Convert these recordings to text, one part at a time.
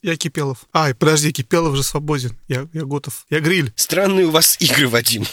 Я Кипелов. Ай, подожди, Кипелов же свободен. Я готов. Я гриль. Странные у вас игры, Вадим.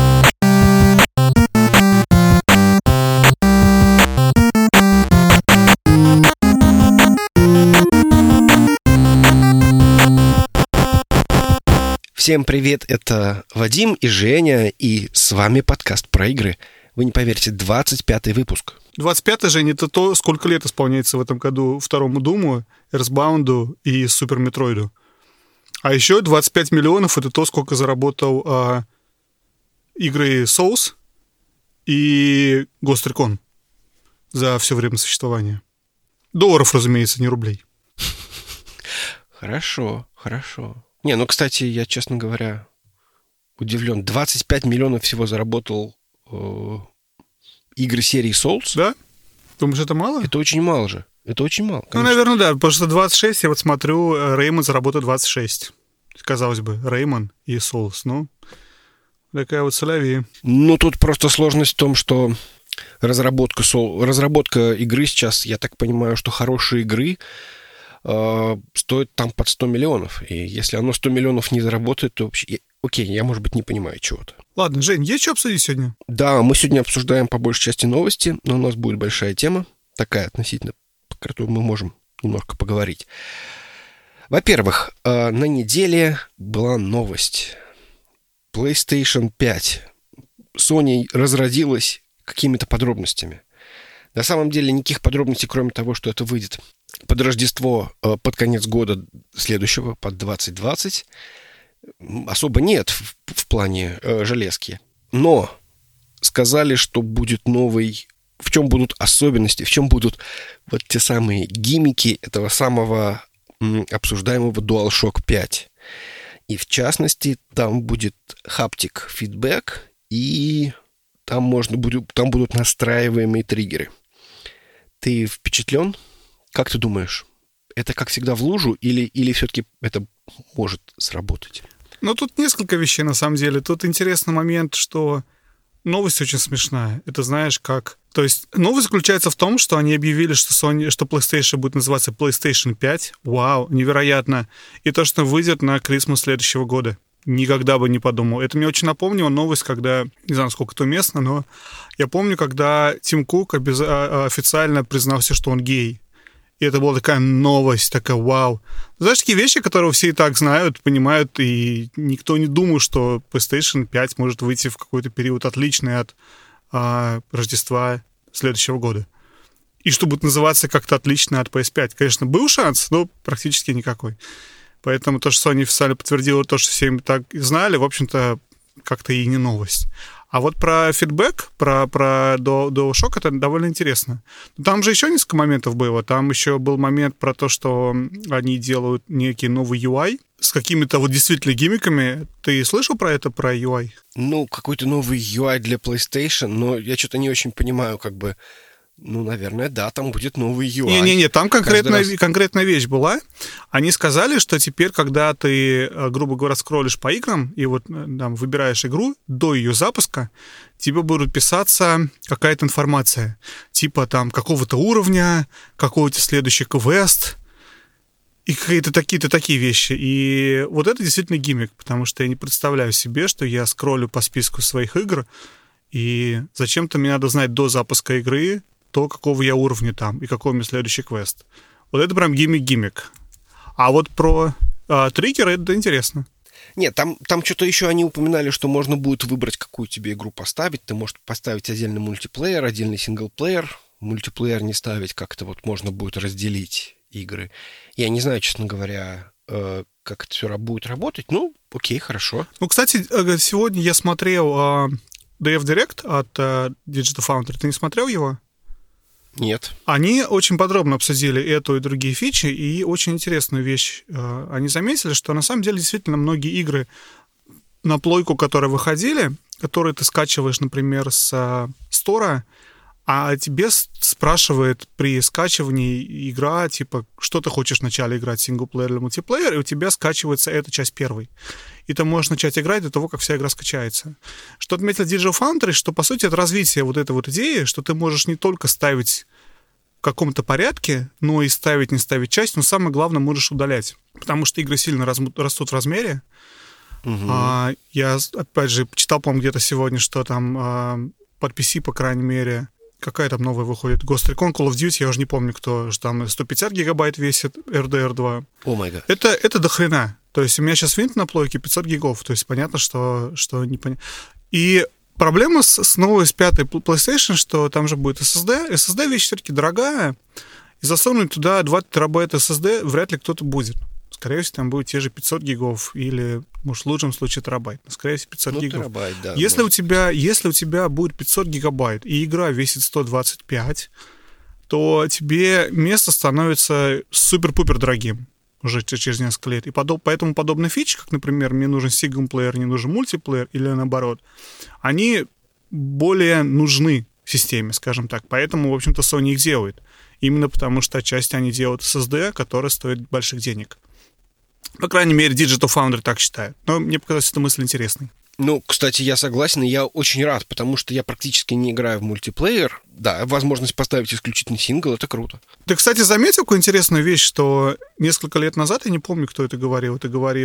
Всем привет, это Вадим и Женя, и с вами подкаст про игры. Вы не поверите, 25-й выпуск. 25-й, Женя, это то, сколько лет исполняется в этом году второму Думу, Эрсбаунду и Супер Метроиду. А еще 25 миллионов — это то, сколько заработал игры Souls и Ghost Recon за все время существования. Долларов, разумеется, не рублей. Хорошо. Не, ну, кстати, я, честно говоря, удивлен. 25 миллионов всего заработал игры серии Souls. Да? Думаешь, это мало? Это очень мало же. Это очень мало, конечно. Ну, наверное, да, потому что 26, я вот смотрю, Реймон заработал 26. Казалось бы, Реймон и Souls, ну, такая вот соляви. Ну, тут просто сложность в том, что разработка игры сейчас, я так понимаю, что хорошие игры стоят там под 100 миллионов. И если оно 100 миллионов не заработает, то вообще... Окей, я, может быть, не понимаю чего-то. Ладно, Жень, есть что обсудить сегодня? Да, мы сегодня обсуждаем по большей части новости, но у нас будет большая тема, такая относительно, по которой мы можем немножко поговорить. Во-первых, на неделе была новость. PlayStation 5. Sony разродилась какими-то подробностями. На самом деле никаких подробностей, кроме того, что это выйдет под Рождество, под конец года следующего, под 2020, особо нет в плане железки. Но сказали, что будет новый... В чем будут особенности, в чем будут вот те самые гиммики этого самого обсуждаемого DualShock 5. И в частности, там будет хаптик фидбэк, и там будут настраиваемые триггеры. Ты впечатлен? Как ты думаешь, это как всегда в лужу или все-таки это может сработать? Ну, тут несколько вещей, на самом деле. Тут интересный момент, что новость очень смешная. Это знаешь как... То есть новость заключается в том, что они объявили, что PlayStation будет называться PlayStation 5. Вау, невероятно. И то, что выйдет на Крисмас следующего года. Никогда бы не подумал. Это мне очень напомнило новость, когда... Не знаю, сколько это уместно, но я помню, когда Тим Кук официально признался, что он гей. И это была такая новость, такая вау. Знаешь, такие вещи, которые все и так знают, понимают, и никто не думал, что PlayStation 5 может выйти в какой-то период отличный от Рождества следующего года. И что будет называться как-то отлично от PS5. Конечно, был шанс, но практически никакой. Поэтому то, что Sony официально подтвердила то, что все им так знали, в общем-то, как-то и не новость. А вот про фидбэк, про DualShock, это довольно интересно. Там же еще несколько моментов было. Там еще был момент про то, что они делают некий новый UI с какими-то вот действительно гиммиками. Ты слышал про это, про UI? Ну, какой-то новый UI для PlayStation, но я что-то не очень понимаю, как бы... Ну, наверное, да, там будет новый UI. Не-не-не, там конкретная вещь была. Они сказали, что теперь, когда ты, грубо говоря, скроллишь по играм и вот там выбираешь игру, до ее запуска тебе будет писаться какая-то информация. Типа там какого-то уровня, какой-то следующий квест и какие-то такие вещи. И вот это действительно гиммик, потому что я не представляю себе, что я скроллю по списку своих игр, и зачем-то мне надо знать до запуска игры, то, какого я уровня там, и какой у меня следующий квест. Вот это прям гиммик. А вот про триггеры это интересно. Нет, там что-то еще они упоминали, что можно будет выбрать, какую тебе игру поставить. Ты можешь поставить отдельный мультиплеер, отдельный синглплеер. Мультиплеер не ставить, как-то вот можно будет разделить игры. Я не знаю, честно говоря, как это все будет работать. Ну, окей, хорошо. Ну, кстати, сегодня я смотрел DF Direct от Digital Foundry. Ты не смотрел его? Нет. Они очень подробно обсудили эту и другие фичи, и очень интересную вещь. Они заметили, что на самом деле действительно многие игры на плойку, которые выходили, которые ты скачиваешь, например, с стора, а тебе спрашивает при скачивании игра, типа, что ты хочешь вначале играть, синглплеер или мультиплеер, и у тебя скачивается эта часть первой. И ты можешь начать играть до того, как вся игра скачается. Что отметил Digital Foundry, что, по сути, это развитие вот этой вот идеи, что ты можешь не только ставить каком-то порядке, но и ставить, не ставить часть, но самое главное, можешь удалять. Потому что игры сильно растут в размере. Я, опять же, читал, по-моему, где-то сегодня, что там под PC, по крайней мере, какая там новая выходит? Ghost Recon, Call of Duty, я уже не помню, кто, что там 150 гигабайт весит, RDR 2. О май гад. Это до хрена. То есть у меня сейчас винт на плойке 500 гигов, то есть понятно, что непонятно. И проблема с новой, с пятой PlayStation, что там же будет SSD. SSD вещь все-таки дорогая, и засунуть туда 20 терабайт SSD вряд ли кто-то будет. Скорее всего, там будет те же 500 гигов или, может, в лучшем случае терабайт. Но, скорее всего, 500 гигов. Терабайт, да. Если у тебя будет 500 гигабайт и игра весит 125, то тебе место становится супер-пупер дорогим уже через несколько лет. И поэтому подобные фичи, как, например, мне нужен синглплеер, не нужен мультиплеер, или наоборот, они более нужны в системе, скажем так. Поэтому, в общем-то, Sony их делает. Именно потому, что отчасти они делают SSD, который стоит больших денег. По крайней мере, Digital Foundry так считает. Но мне показалась эта мысль интересной. Ну, кстати, я согласен, и я очень рад, потому что я практически не играю в мультиплеер. Да, возможность поставить исключительно сингл — это круто. Ты, кстати, заметил какую интересную вещь, что несколько лет назад, я не помню, кто это говорил,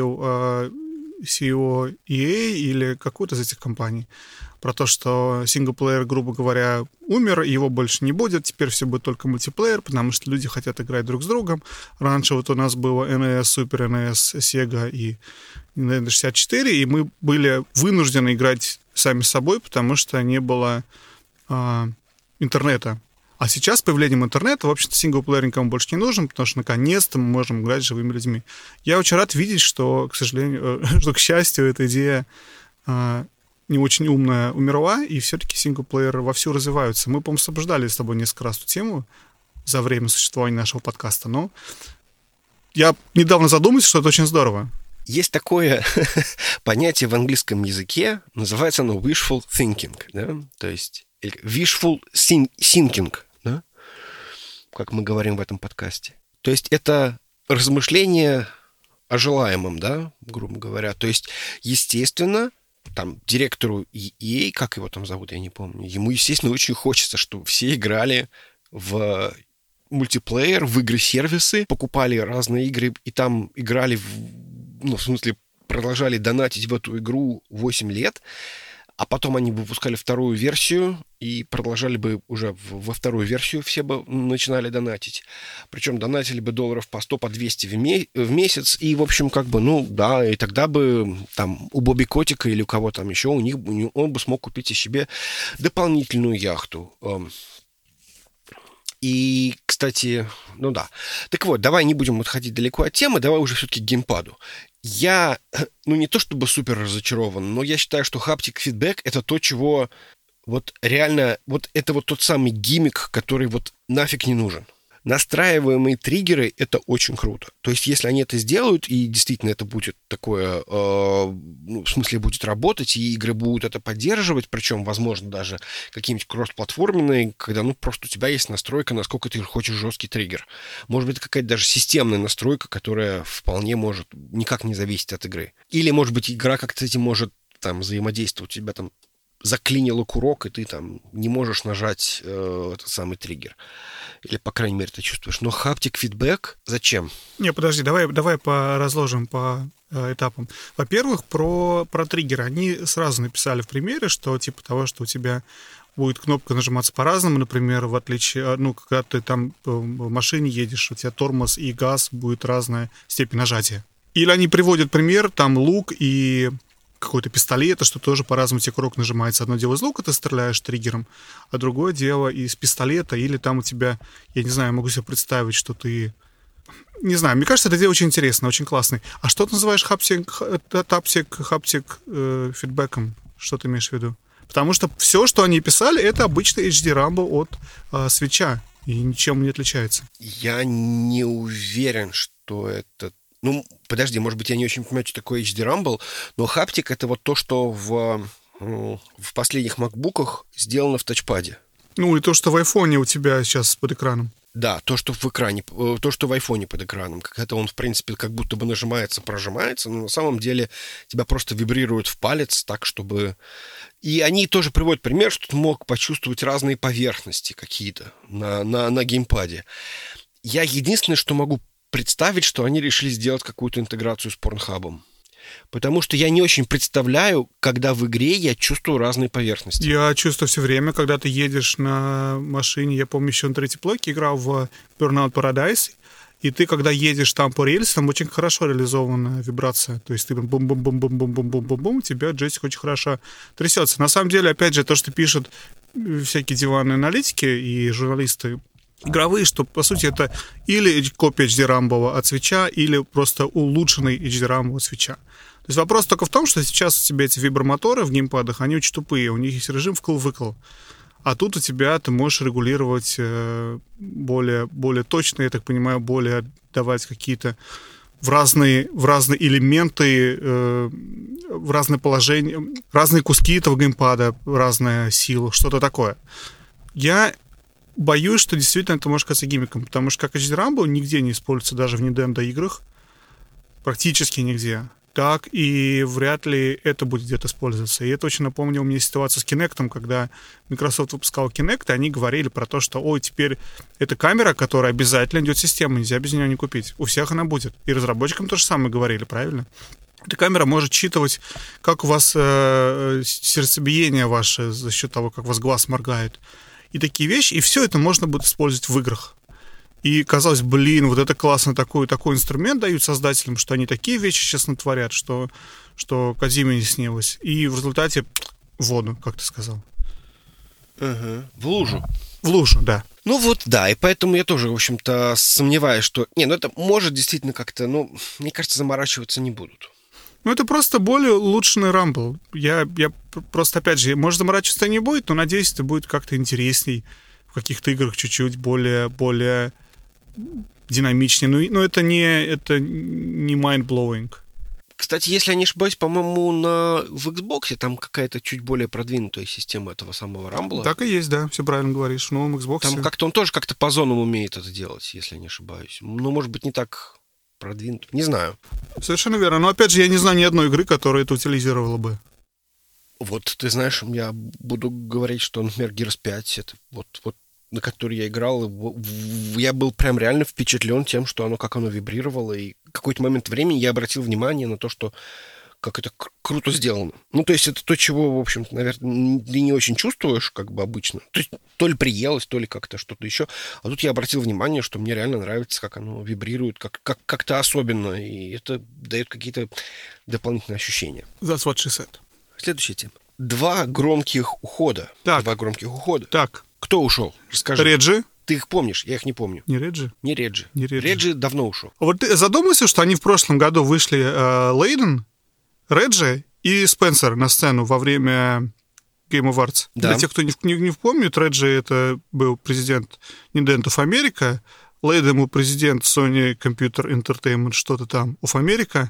CEO EA или какой-то из этих компаний, про то, что синглплеер, грубо говоря, умер, его больше не будет, теперь все будет только мультиплеер, потому что люди хотят играть друг с другом. Раньше вот у нас было NES, Super NES, Sega и Nintendo 64, и мы были вынуждены играть сами с собой, потому что не было интернета. А сейчас с появлением интернета, в общем-то, синглплеер никому больше не нужен, потому что наконец-то мы можем играть с живыми людьми. Я очень рад видеть, что, к сожалению, что, к счастью, эта идея не очень умная умерла, и все-таки синглплееры вовсю развиваются. Мы, по-моему, обсуждали с тобой несколько раз эту тему за время существования нашего подкаста, но я недавно задумался, что это очень здорово. Есть такое понятие в английском языке, называется оно wishful thinking, да? То есть wishful thinking, да? Как мы говорим в этом подкасте. То есть это размышление о желаемом, да, грубо говоря. То есть, естественно, там, директору EA, как его там зовут, я не помню, ему, естественно, очень хочется, чтобы все играли в мультиплеер, в игры-сервисы, покупали разные игры и там играли, в смысле, продолжали донатить в эту игру 8 лет, а потом они бы выпускали вторую версию и продолжали бы уже во вторую версию все бы начинали донатить. Причем донатили бы долларов по 100, по 200 в месяц. И, в общем, как бы, ну, да, и тогда бы там у Бобби Котика или у кого там еще, он бы смог купить себе дополнительную яхту. И, кстати, ну да. Так вот, давай не будем отходить далеко от темы, давай уже все-таки к геймпаду. Я, не то чтобы супер разочарован, но я считаю, что haptic feedback — это то, чего вот реально, вот это вот тот самый гиммик, который вот нафиг не нужен. Настраиваемые триггеры — это очень круто. То есть, если они это сделают, и действительно это будет такое, в смысле, будет работать, и игры будут это поддерживать, причем, возможно, даже какие-нибудь кроссплатформенные, когда, просто у тебя есть настройка, насколько ты хочешь жесткий триггер. Может быть, какая-то даже системная настройка, которая вполне может никак не зависеть от игры. Или, может быть, игра как-то с этим может там взаимодействовать, у тебя там заклинило курок, и ты там не можешь нажать этот самый триггер. Или, по крайней мере, ты чувствуешь. Но haptic feedback зачем? Не, подожди, давай разложим по этапам. Во-первых, про триггеры. Они сразу написали в примере, что типа того, что у тебя будет кнопка нажиматься по-разному, например, в отличие, когда ты там в машине едешь, у тебя тормоз и газ будет разная степень нажатия. Или они приводят пример, там лук и какой-то пистолет, что тоже по-разному тебе курок нажимается. Одно дело из лука ты стреляешь триггером, а другое дело из пистолета, или там у тебя, я не знаю, могу себе представить, что ты... Не знаю, мне кажется, это идея очень интересная, очень классная. А что ты называешь haptic фидбэком? Что ты имеешь в виду? Потому что все, что они писали, это обычный HD Rumble от свитча, и ничем не отличается. Я не уверен, что это... подожди, может быть, я не очень понимаю, что такое HD Rumble, но хаптик — это вот то, что в последних макбуках сделано в тачпаде. И то, что в айфоне у тебя сейчас под экраном. Да, то, что в экране, то, что в айфоне под экраном. Это он, в принципе, как будто бы нажимается, прожимается, но на самом деле тебя просто вибрирует в палец так, чтобы... И они тоже приводят пример, что ты мог почувствовать разные поверхности какие-то на геймпаде. Я единственное, что могу представить, что они решили сделать какую-то интеграцию с Порнхабом. Потому что я не очень представляю, когда в игре я чувствую разные поверхности. Я чувствую все время, когда ты едешь на машине. Я помню, еще на третьей плойке играл в Burnout Paradise. И ты, когда едешь там по рельсам, очень хорошо реализована вибрация. То есть ты бум-бум-бум-бум-бум-бум-бум-бум, у тебя джойстик очень хорошо трясется. На самом деле, опять же, то, что пишут всякие диванные аналитики и журналисты игровые, что, по сути, это или копия HD-рамбового от свитча, или просто улучшенный HD-рамбового свитча. То есть вопрос только в том, что сейчас у тебя эти вибромоторы в геймпадах, они очень тупые, у них есть режим вкл-выкл. А тут у тебя ты можешь регулировать более точно, я так понимаю, более давать какие-то в разные элементы, в разные положения, разные куски этого геймпада, разная сила, что-то такое. Я боюсь, что действительно это может казаться гиммиком, потому что как HD Rumble нигде не используется даже в Nintendo играх, практически нигде. Так и вряд ли это будет где-то использоваться. И это очень напомнило мне ситуацию с Kinect, когда Microsoft выпускал Kinect, и они говорили про то, что ой, теперь это камера, которая обязательно идет в систему, нельзя без нее не купить. У всех она будет. И разработчикам то же самое говорили, правильно? Эта камера может считывать, как у вас сердцебиение ваше за счет того, как у вас глаз моргает. И такие вещи. И все это можно будет использовать в играх. И казалось, блин, вот это классно, такой инструмент дают создателям, что они такие вещи сейчас натворят, что Кодзиме не снилось. И в результате в воду, как ты сказал. Угу. В лужу. В лужу, да. Ну вот, да, и поэтому я тоже, в общем-то, сомневаюсь, что... это может действительно как-то, мне кажется, заморачиваться не будут. Это просто более улучшенный рамбл. Я просто, опять же, может, заморачиваться не будет, но, надеюсь, это будет как-то интересней, в каких-то играх чуть-чуть более динамичнее. Но это не mind-blowing. Кстати, если я не ошибаюсь, по-моему, в Xbox там какая-то чуть более продвинутая система этого самого рамбла. Так и есть, да, все правильно говоришь. В новом Xbox. Там как-то он тоже как-то по зонам умеет это делать, если я не ошибаюсь. Может быть, не так продвинут. Не знаю. Совершенно верно. Но, опять же, я не знаю ни одной игры, которая это утилизировала бы. Вот, ты знаешь, я буду говорить, что, например, Gears 5, это вот на который я играл, я был прям реально впечатлен тем, что как оно вибрировало, и в какой-то момент времени я обратил внимание на то, что как это круто сделано. То есть это то, чего, в общем-то, наверное, ты не очень чувствуешь, как бы обычно. То есть то ли приелось, то ли как-то что-то еще. А тут я обратил внимание, что мне реально нравится, как оно вибрирует, как-то особенно, и это дает какие-то дополнительные ощущения. That's what she said. Следующая тема. Два громких ухода. Так. Кто ушел? Расскажи. Реджи. Ты их помнишь? Я их не помню. Не Реджи? Не Реджи. Реджи давно ушел. Вот ты задумался, что они в прошлом году вышли Лейден, Реджи и Спенсер на сцену во время Game Awards. Да. Для тех, кто не помнит, Реджи это был президент Nintendo of America, Лейден был президент Sony Computer Entertainment, что-то там, of America.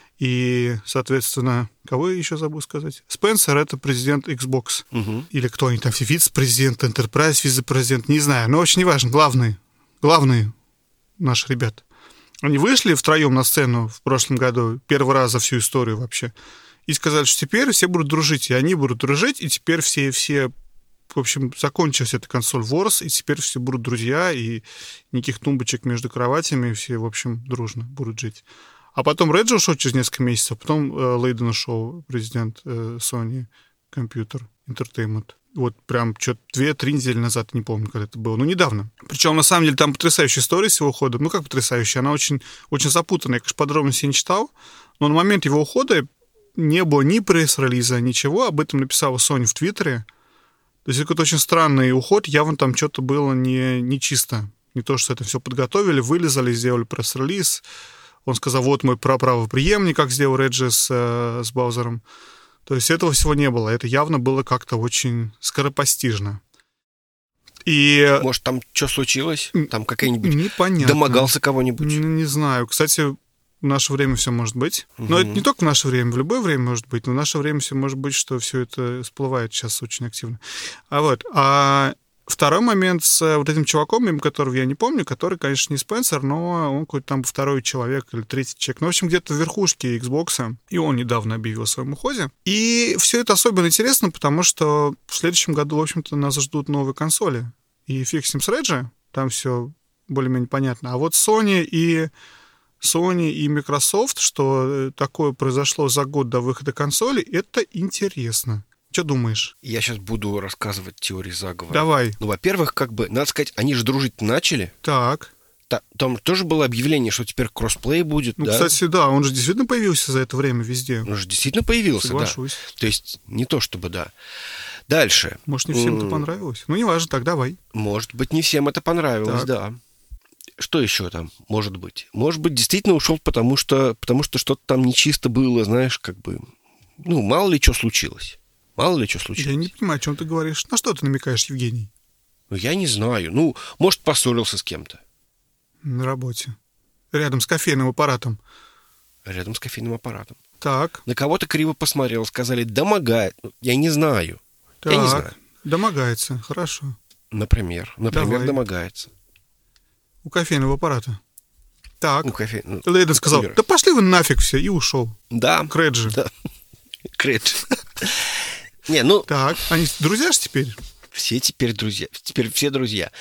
И, соответственно, кого я еще забыл сказать? Спенсер — это президент Xbox. Угу. Или кто они там, вице-президент, Enterprise, вице-президент, не знаю. Но очень неважно, главные наши ребята. Они вышли втроем на сцену в прошлом году, первый раз за всю историю вообще, и сказали, что теперь все будут дружить, и они будут дружить, и теперь все в общем, закончилась эта консоль Wars, и теперь все будут друзья, и никаких тумбочек между кроватями, все, в общем, дружно будут жить. А потом Реджи ушел через несколько месяцев, потом Лейден ушел, президент Sony Computer Entertainment. Вот прям что-то 2-3 недели назад, не помню, когда это было, но недавно. Причем, на самом деле, там потрясающая история с его уходом. Как потрясающая? Она очень, очень запутанная. Я, конечно, подробности не читал, но на момент его ухода не было ни пресс-релиза, ничего. Об этом написала Sony в Твиттере. То есть это какой-то очень странный уход. Явно там что-то было не чисто. Не то, что это все подготовили, вылезали, сделали пресс-релиз. Он сказал, вот мой правопреемник, как сделал Реджи с Баузером. То есть этого всего не было. Это явно было как-то очень скоропостижно. И... Может, там что случилось? Там какая-нибудь... Непонятно. Домогался кого-нибудь? Не знаю. Кстати, в наше время все может быть. Но это не только в наше время, в любое время может быть. Но в наше время все может быть, что все это всплывает сейчас очень активно. А Второй момент с вот этим чуваком, имя которого я не помню, который, конечно, не Спенсер, но он какой-то там второй человек или третий человек. Ну, в общем, где-то в верхушке Xbox, и он недавно объявил о своем уходе. И все это особенно интересно, потому что в следующем году, в общем-то, нас ждут новые консоли. И фиг с ним с Реджи, там все более-менее понятно. А вот Sony и Microsoft, что такое произошло за год до выхода консоли, это интересно. Что думаешь? Я сейчас буду рассказывать теории заговора. Давай. Ну, во-первых, надо сказать, они же дружить начали. Так. Там тоже было объявление, что теперь кроссплей будет, Ну, да? кстати, да, он же действительно появился за это время везде. Он же действительно появился, Соглашусь. да. То есть не то чтобы, да. Дальше. Может, не всем это понравилось? Ну, неважно, так давай. Может быть, не всем это понравилось, Так. да. Что еще там может быть? Может быть, действительно ушел, потому что что-то там нечисто было, знаешь, мало ли что случилось. Мало ли что случилось. Я не понимаю, о чем ты говоришь. На что ты намекаешь, Евгений? Ну, я не знаю. Может, поссорился с кем-то. На работе. Рядом с кофейным аппаратом. Рядом с кофейным аппаратом. Так. На кого-то криво посмотрел, сказали, домогает. Я не знаю. Так. Я не знаю. Домогается. Хорошо. Например, Давай. домогается. У кофейного аппарата. Так. У Лейден сказал, кулера. да пошли вы нафиг все, и ушел. Да. К Реджи. Да. Кредж. Так. Они друзья же теперь? Все теперь друзья. Теперь все друзья.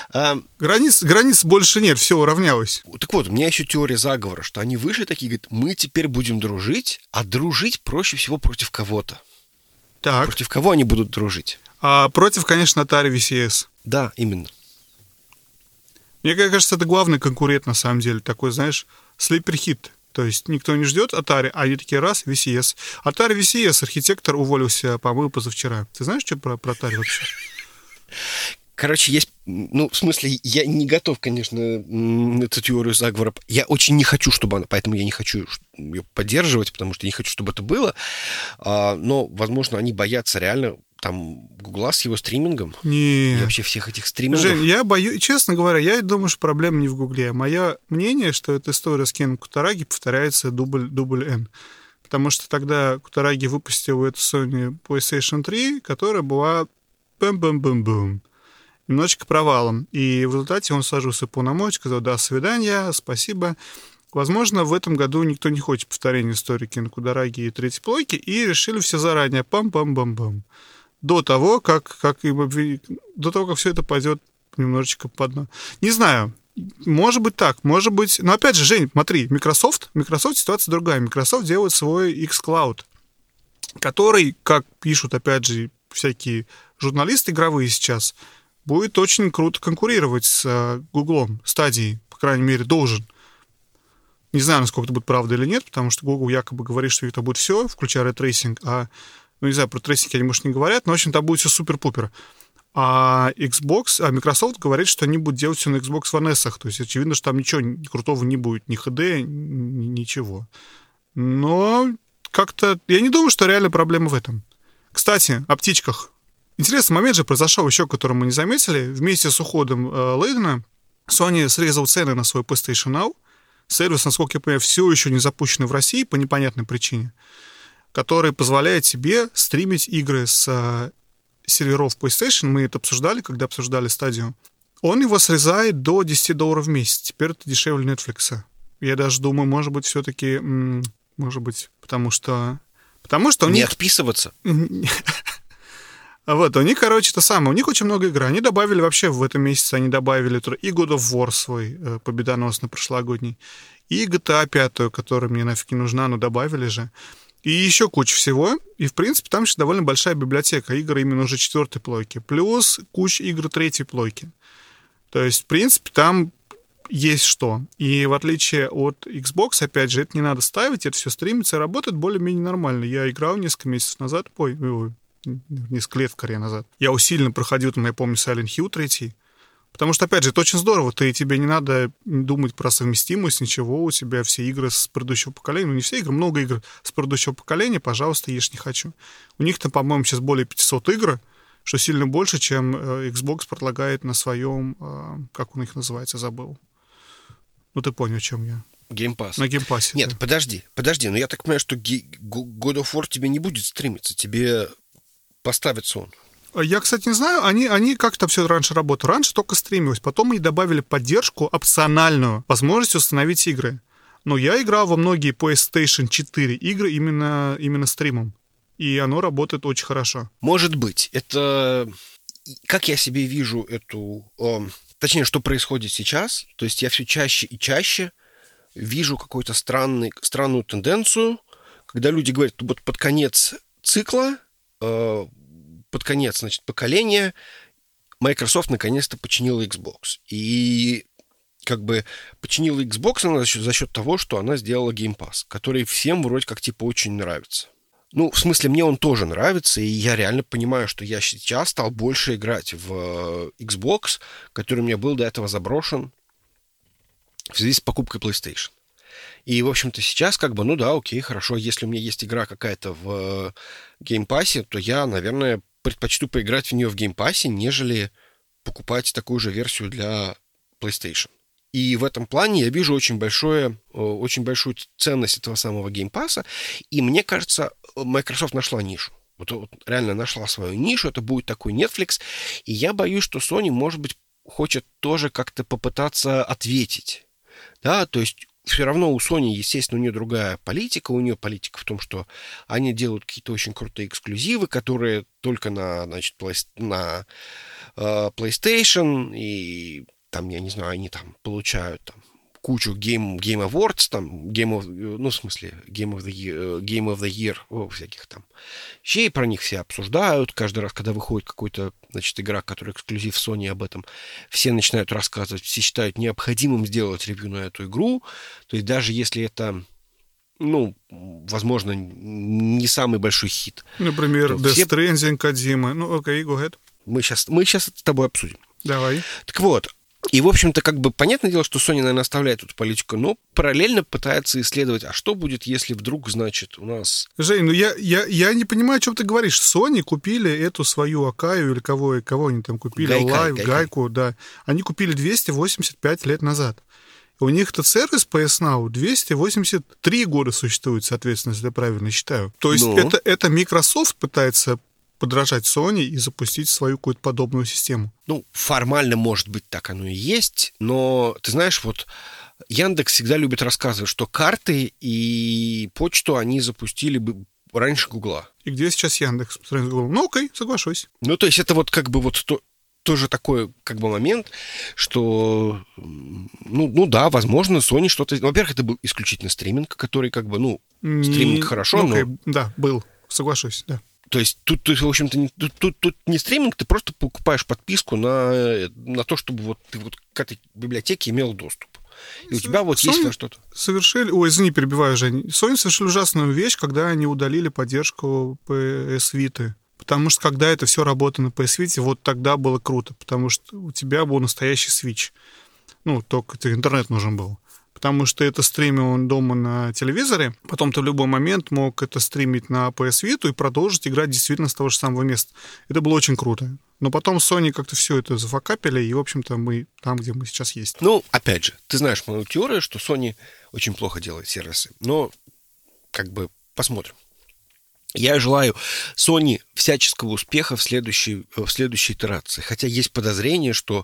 Границ больше нет, все уравнялось. Так вот, у меня еще теория заговора, что они вышли такие, говорят, мы теперь будем дружить, а дружить проще всего против кого-то. Так. Против кого они будут дружить? Против, конечно, Atari VCS. Да, именно. Мне кажется, это главный конкурент, на самом деле. Такой, знаешь, sleeper hit. То есть никто не ждет Atari, а они такие раз, VCS. Atari VCS, архитектор уволился, по-моему, позавчера. Ты знаешь, что про Atari вообще? Короче, есть... в смысле, я не готов, конечно, эту теорию заговора. Я очень не хочу, чтобы она... Поэтому я не хочу ее поддерживать, потому что не хочу, чтобы это было. Но, возможно, они боятся реально там Гугла с его стримингом. Не. И вообще всех этих стримингов. Жень, я боюсь... Честно говоря, я думаю, что проблема не в Гугле. Мое мнение, что эта история с Кеном Кутараги повторяется дубль N. Потому что тогда Кутараги выпустил эту Sony PlayStation 3, которая была бум-бум-бум-бум. Немножечко провалом. И в результате он сложился полномочий, сказал, до свидания, спасибо. Возможно, в этом году никто не хочет повторения истории Кена Кутараги и третьей плойки, и решили все заранее пам-пам-бам-бам. До того, как все это пойдет немножечко по дну. Не знаю. Может быть так, может быть... Но опять же, Жень, смотри, Microsoft ситуация другая. Microsoft делает свой xCloud, который, как пишут, опять же, всякие журналисты игровые сейчас, будет очень круто конкурировать с Гуглом, стадией, по крайней мере, должен. Не знаю, насколько это будет правда или нет, потому что Google якобы говорит, что это будет все, включая рейтрейсинг, не знаю, про трейсинг они, может, не говорят, но, в общем, там будет все супер-пупер. А Microsoft говорит, что они будут делать все на Xbox One S, то есть очевидно, что там ничего крутого не будет, ни HD, ничего. Но как-то... Я не думаю, что реально проблема в этом. Кстати, о птичках. Интересный момент же произошел еще, который мы не заметили. Вместе с уходом Лейдена Sony срезал цены на свой PlayStation Now. Сервис, насколько я понимаю, все еще не запущен в России по непонятной причине, который позволяет тебе стримить игры с серверов PlayStation. Мы это обсуждали, когда обсуждали стадию. Он его срезает до $10 в месяц. Теперь это дешевле Netflix. Я даже думаю, может быть, все-таки... Может быть, потому что у них... Не отписываться. Вот, у них, короче, то самое. У них очень много игр. Они добавили вообще в этом месяце, они добавили и God of War свой, победоносный, прошлогодний, и GTA 5, которая мне нафиг не нужна, но добавили же. И еще куча всего. И, в принципе, там еще довольно большая библиотека игр именно уже 4-й плойки. Плюс куча игр 3-й плойки. То есть, в принципе, там есть что. И в отличие от Xbox, опять же, это не надо ставить, это все стримится и работает более-менее нормально. Я играл несколько месяцев назад, несколько лет, скорее, назад. Я усиленно проходил, я помню, Silent Hill 3. Потому что, опять же, это очень здорово. Тебе не надо думать про совместимость, ничего. У тебя все игры с предыдущего поколения. Ну, не все игры, много игр с предыдущего поколения. Пожалуйста, ешь не хочу. У них там, по-моему, сейчас более 500 игр, что сильно больше, чем Xbox предлагает на своем... Как он их называется, забыл. Ну, ты понял, о чем я. Геймпасс. На геймпассе. Нет, да. подожди. Но я так понимаю, что God of War тебе не будет стримиться. Тебе поставится он. Я, кстати, не знаю, они как-то все раньше работали. Раньше только стримилось, потом они добавили поддержку опциональную, возможность установить игры. Но я играл во многие PlayStation 4 игры именно стримом. И оно работает очень хорошо. Может быть. Это... Как я себе вижу эту... Точнее, что происходит сейчас. То есть я все чаще и чаще вижу какую-то странную тенденцию, когда люди говорят, вот под конец цикла, под конец, значит, поколения Microsoft наконец-то починила Xbox. И как бы починила Xbox она за счет того, что она сделала Game Pass, который всем вроде как типа очень нравится. Ну, в смысле, мне он тоже нравится, и я реально понимаю, что я сейчас стал больше играть в Xbox, который у меня был до этого заброшен в связи с покупкой PlayStation. И, в общем-то, сейчас как бы, ну да, окей, хорошо, если у меня есть игра какая-то в Game Pass, то я, наверное, предпочту поиграть в нее в Game Pass, нежели покупать такую же версию для PlayStation. И в этом плане я вижу очень большую ценность этого самого Game Pass. И мне кажется, Microsoft нашла нишу. Вот реально нашла свою нишу. Это будет такой Netflix. И я боюсь, что Sony, может быть, хочет тоже как-то попытаться ответить. Да, то есть все равно у Sony, естественно, у нее другая политика. У нее политика в том, что они делают какие-то очень крутые эксклюзивы, которые только на PlayStation и... Там, я не знаю, они там получают там, кучу Game Awards, там, Game of the Year, всяких там вещей, про них все обсуждают. Каждый раз, когда выходит какой-то, значит, игра, которая эксклюзив Sony, об этом все начинают рассказывать, все считают необходимым сделать ревью на эту игру. То есть даже если это, ну, возможно, не самый большой хит. Например, Death Stranding, Kojima. Ну, окей, go ahead. Мы сейчас это с тобой обсудим. Давай. Так вот. И, в общем-то, как бы понятное дело, что Sony, наверное, оставляет эту политику, но параллельно пытается исследовать, а что будет, если вдруг, значит, у нас... Жень, ну я не понимаю, о чем ты говоришь. Sony купили эту свою Акаю или кого они там купили? Гайку, да. Они купили 285 лет назад. У них этот сервис PS Now 283 года существует, соответственно, если я правильно считаю. То есть это Microsoft пытается подражать Sony и запустить свою какую-то подобную систему. Ну, формально, может быть, так оно и есть, но, ты знаешь, вот Яндекс всегда любит рассказывать, что карты и почту они запустили бы раньше Гугла. И где сейчас Яндекс по сравнению с Гуглом? Ну, окей, соглашусь. Ну, то есть это вот как бы вот тоже такой как бы момент, что, ну да, возможно, Sony что-то... Во-первых, это был исключительно стриминг, который как бы, ну, стриминг хорошо, но... Да, был, соглашусь, да. То есть тут в общем-то, тут не стриминг, ты просто покупаешь подписку на то, чтобы вот ты вот к этой библиотеке имел доступ. И у тебя вот Sony есть что-то. Извини, перебиваю, Жень. Sony совершили ужасную вещь, когда они удалили поддержку PS Vita. Потому что когда это все работало на PS Vita, вот тогда было круто. Потому что у тебя был настоящий Switch. Ну, только интернет нужен был. Потому что это стримил он дома на телевизоре, потом ты в любой момент мог это стримить на PS Vita и продолжить играть действительно с того же самого места. Это было очень круто. Но потом Sony как-то все это зафакапили, и, в общем-то, мы там, где мы сейчас есть. Ну, опять же, ты знаешь мою теорию, что Sony очень плохо делает сервисы. Но, как бы, посмотрим. Я желаю Sony всяческого успеха в следующей итерации. Хотя есть подозрение, что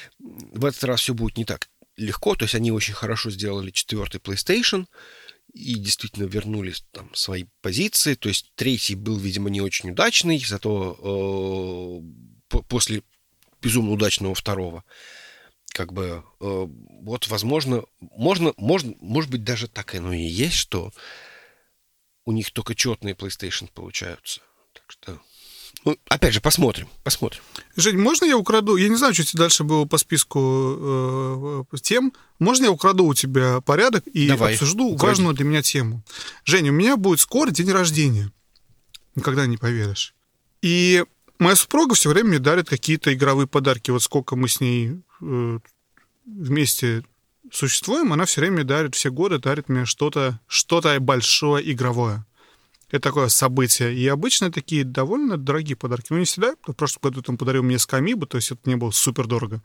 в этот раз все будет не так легко, то есть они очень хорошо сделали 4-й PlayStation и действительно вернули там свои позиции, то есть 3-й был, видимо, не очень удачный, зато после безумно удачного 2-го, как бы, вот, возможно, может быть, даже так оно и есть, что у них только четные PlayStation получаются. Так что... Ну, опять же, посмотрим. Жень, можно я украду? Я не знаю, что дальше было по списку тем. Можно я украду у тебя порядок и обсужду важную для меня тему? Жень, у меня будет скоро день рождения. Никогда не поверишь. И моя супруга все время мне дарит какие-то игровые подарки. Вот сколько мы с ней вместе существуем, она все время дарит, все годы дарит мне что-то большое игровое. Это такое событие. И обычно такие довольно дорогие подарки. Ну, не всегда. В прошлом году он подарил мне Скамибу, то есть это не было супер дорого.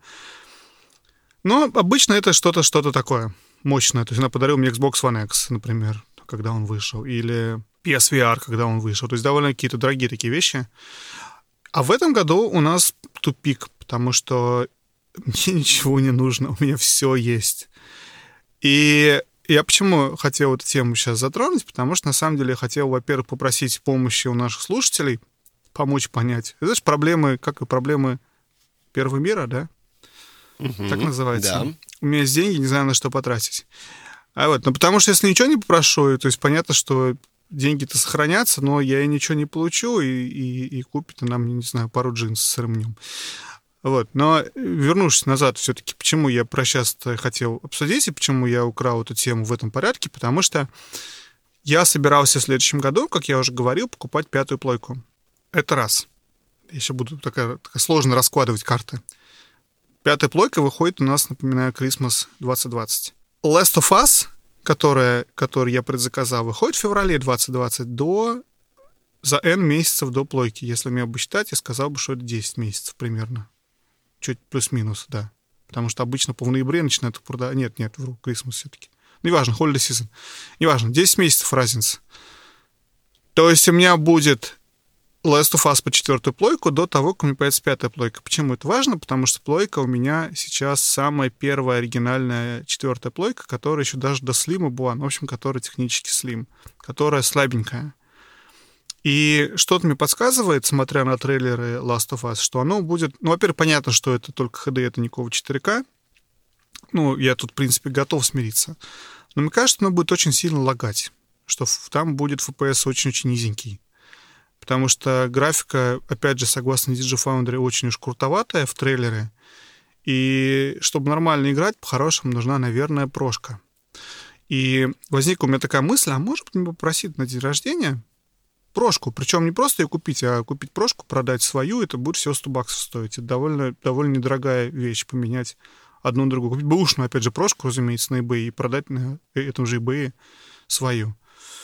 Но обычно это что-то такое мощное. То есть она подарила мне Xbox One X, например, когда он вышел. Или PSVR, когда он вышел. То есть довольно какие-то дорогие такие вещи. А в этом году у нас тупик, потому что мне ничего не нужно, у меня все есть. И я почему хотел эту тему сейчас затронуть, потому что, на самом деле, я хотел, во-первых, попросить помощи у наших слушателей, помочь понять. Это же проблемы, как и проблемы первого мира, да? Так называется. Да. У меня есть деньги, не знаю, на что потратить. Ну, потому что если ничего не попрошу, то есть понятно, что деньги-то сохранятся, но я и ничего не получу, и купит она мне, не знаю, пару джинс с ремнем. Но вернувшись назад, все-таки, почему я про сейчас хотел обсудить, и почему я украл эту тему в этом порядке, потому что я собирался в следующем году, как я уже говорил, покупать 5-ю плойку. Это раз. Я еще буду такая сложно раскладывать карты. 5-я плойка выходит у нас, напоминаю, Christmas 2020. Last of Us, который я предзаказал, выходит в феврале 2020 за N месяцев до плойки. Если мне бы считать, я сказал бы, что это 10 месяцев примерно. Чуть плюс-минус, да. Потому что обычно по ноябре начинают продавать. Нет, вру, Christmas все-таки. Неважно, holiday season. Неважно, 10 месяцев разница. То есть у меня будет Last of Us по 4-ю плойку до того, как у меня появится 5-я плойка. Почему это важно? Потому что плойка у меня сейчас самая первая оригинальная 4-я плойка, которая еще даже до слима была, в общем, которая технически слим, которая слабенькая. И что-то мне подсказывает, смотря на трейлеры Last of Us, что оно будет... во-первых, понятно, что это только HD, это никакого 4К. Я тут, в принципе, готов смириться. Но мне кажется, оно будет очень сильно лагать, что там будет FPS очень-очень низенький. Потому что графика, опять же, согласно Digifoundry, очень уж крутоватая в трейлере. И чтобы нормально играть, по-хорошему нужна, наверное, прошка. И возникла у меня такая мысль, а может быть, мне попросить на день рождения прошку, причем не просто ее купить, а купить прошку, продать свою, это будет всего $100 стоить. Это довольно недорогая вещь, поменять одну на другую. Купить бэушную, опять же, прошку, разумеется, на eBay и продать на этом же eBay свою.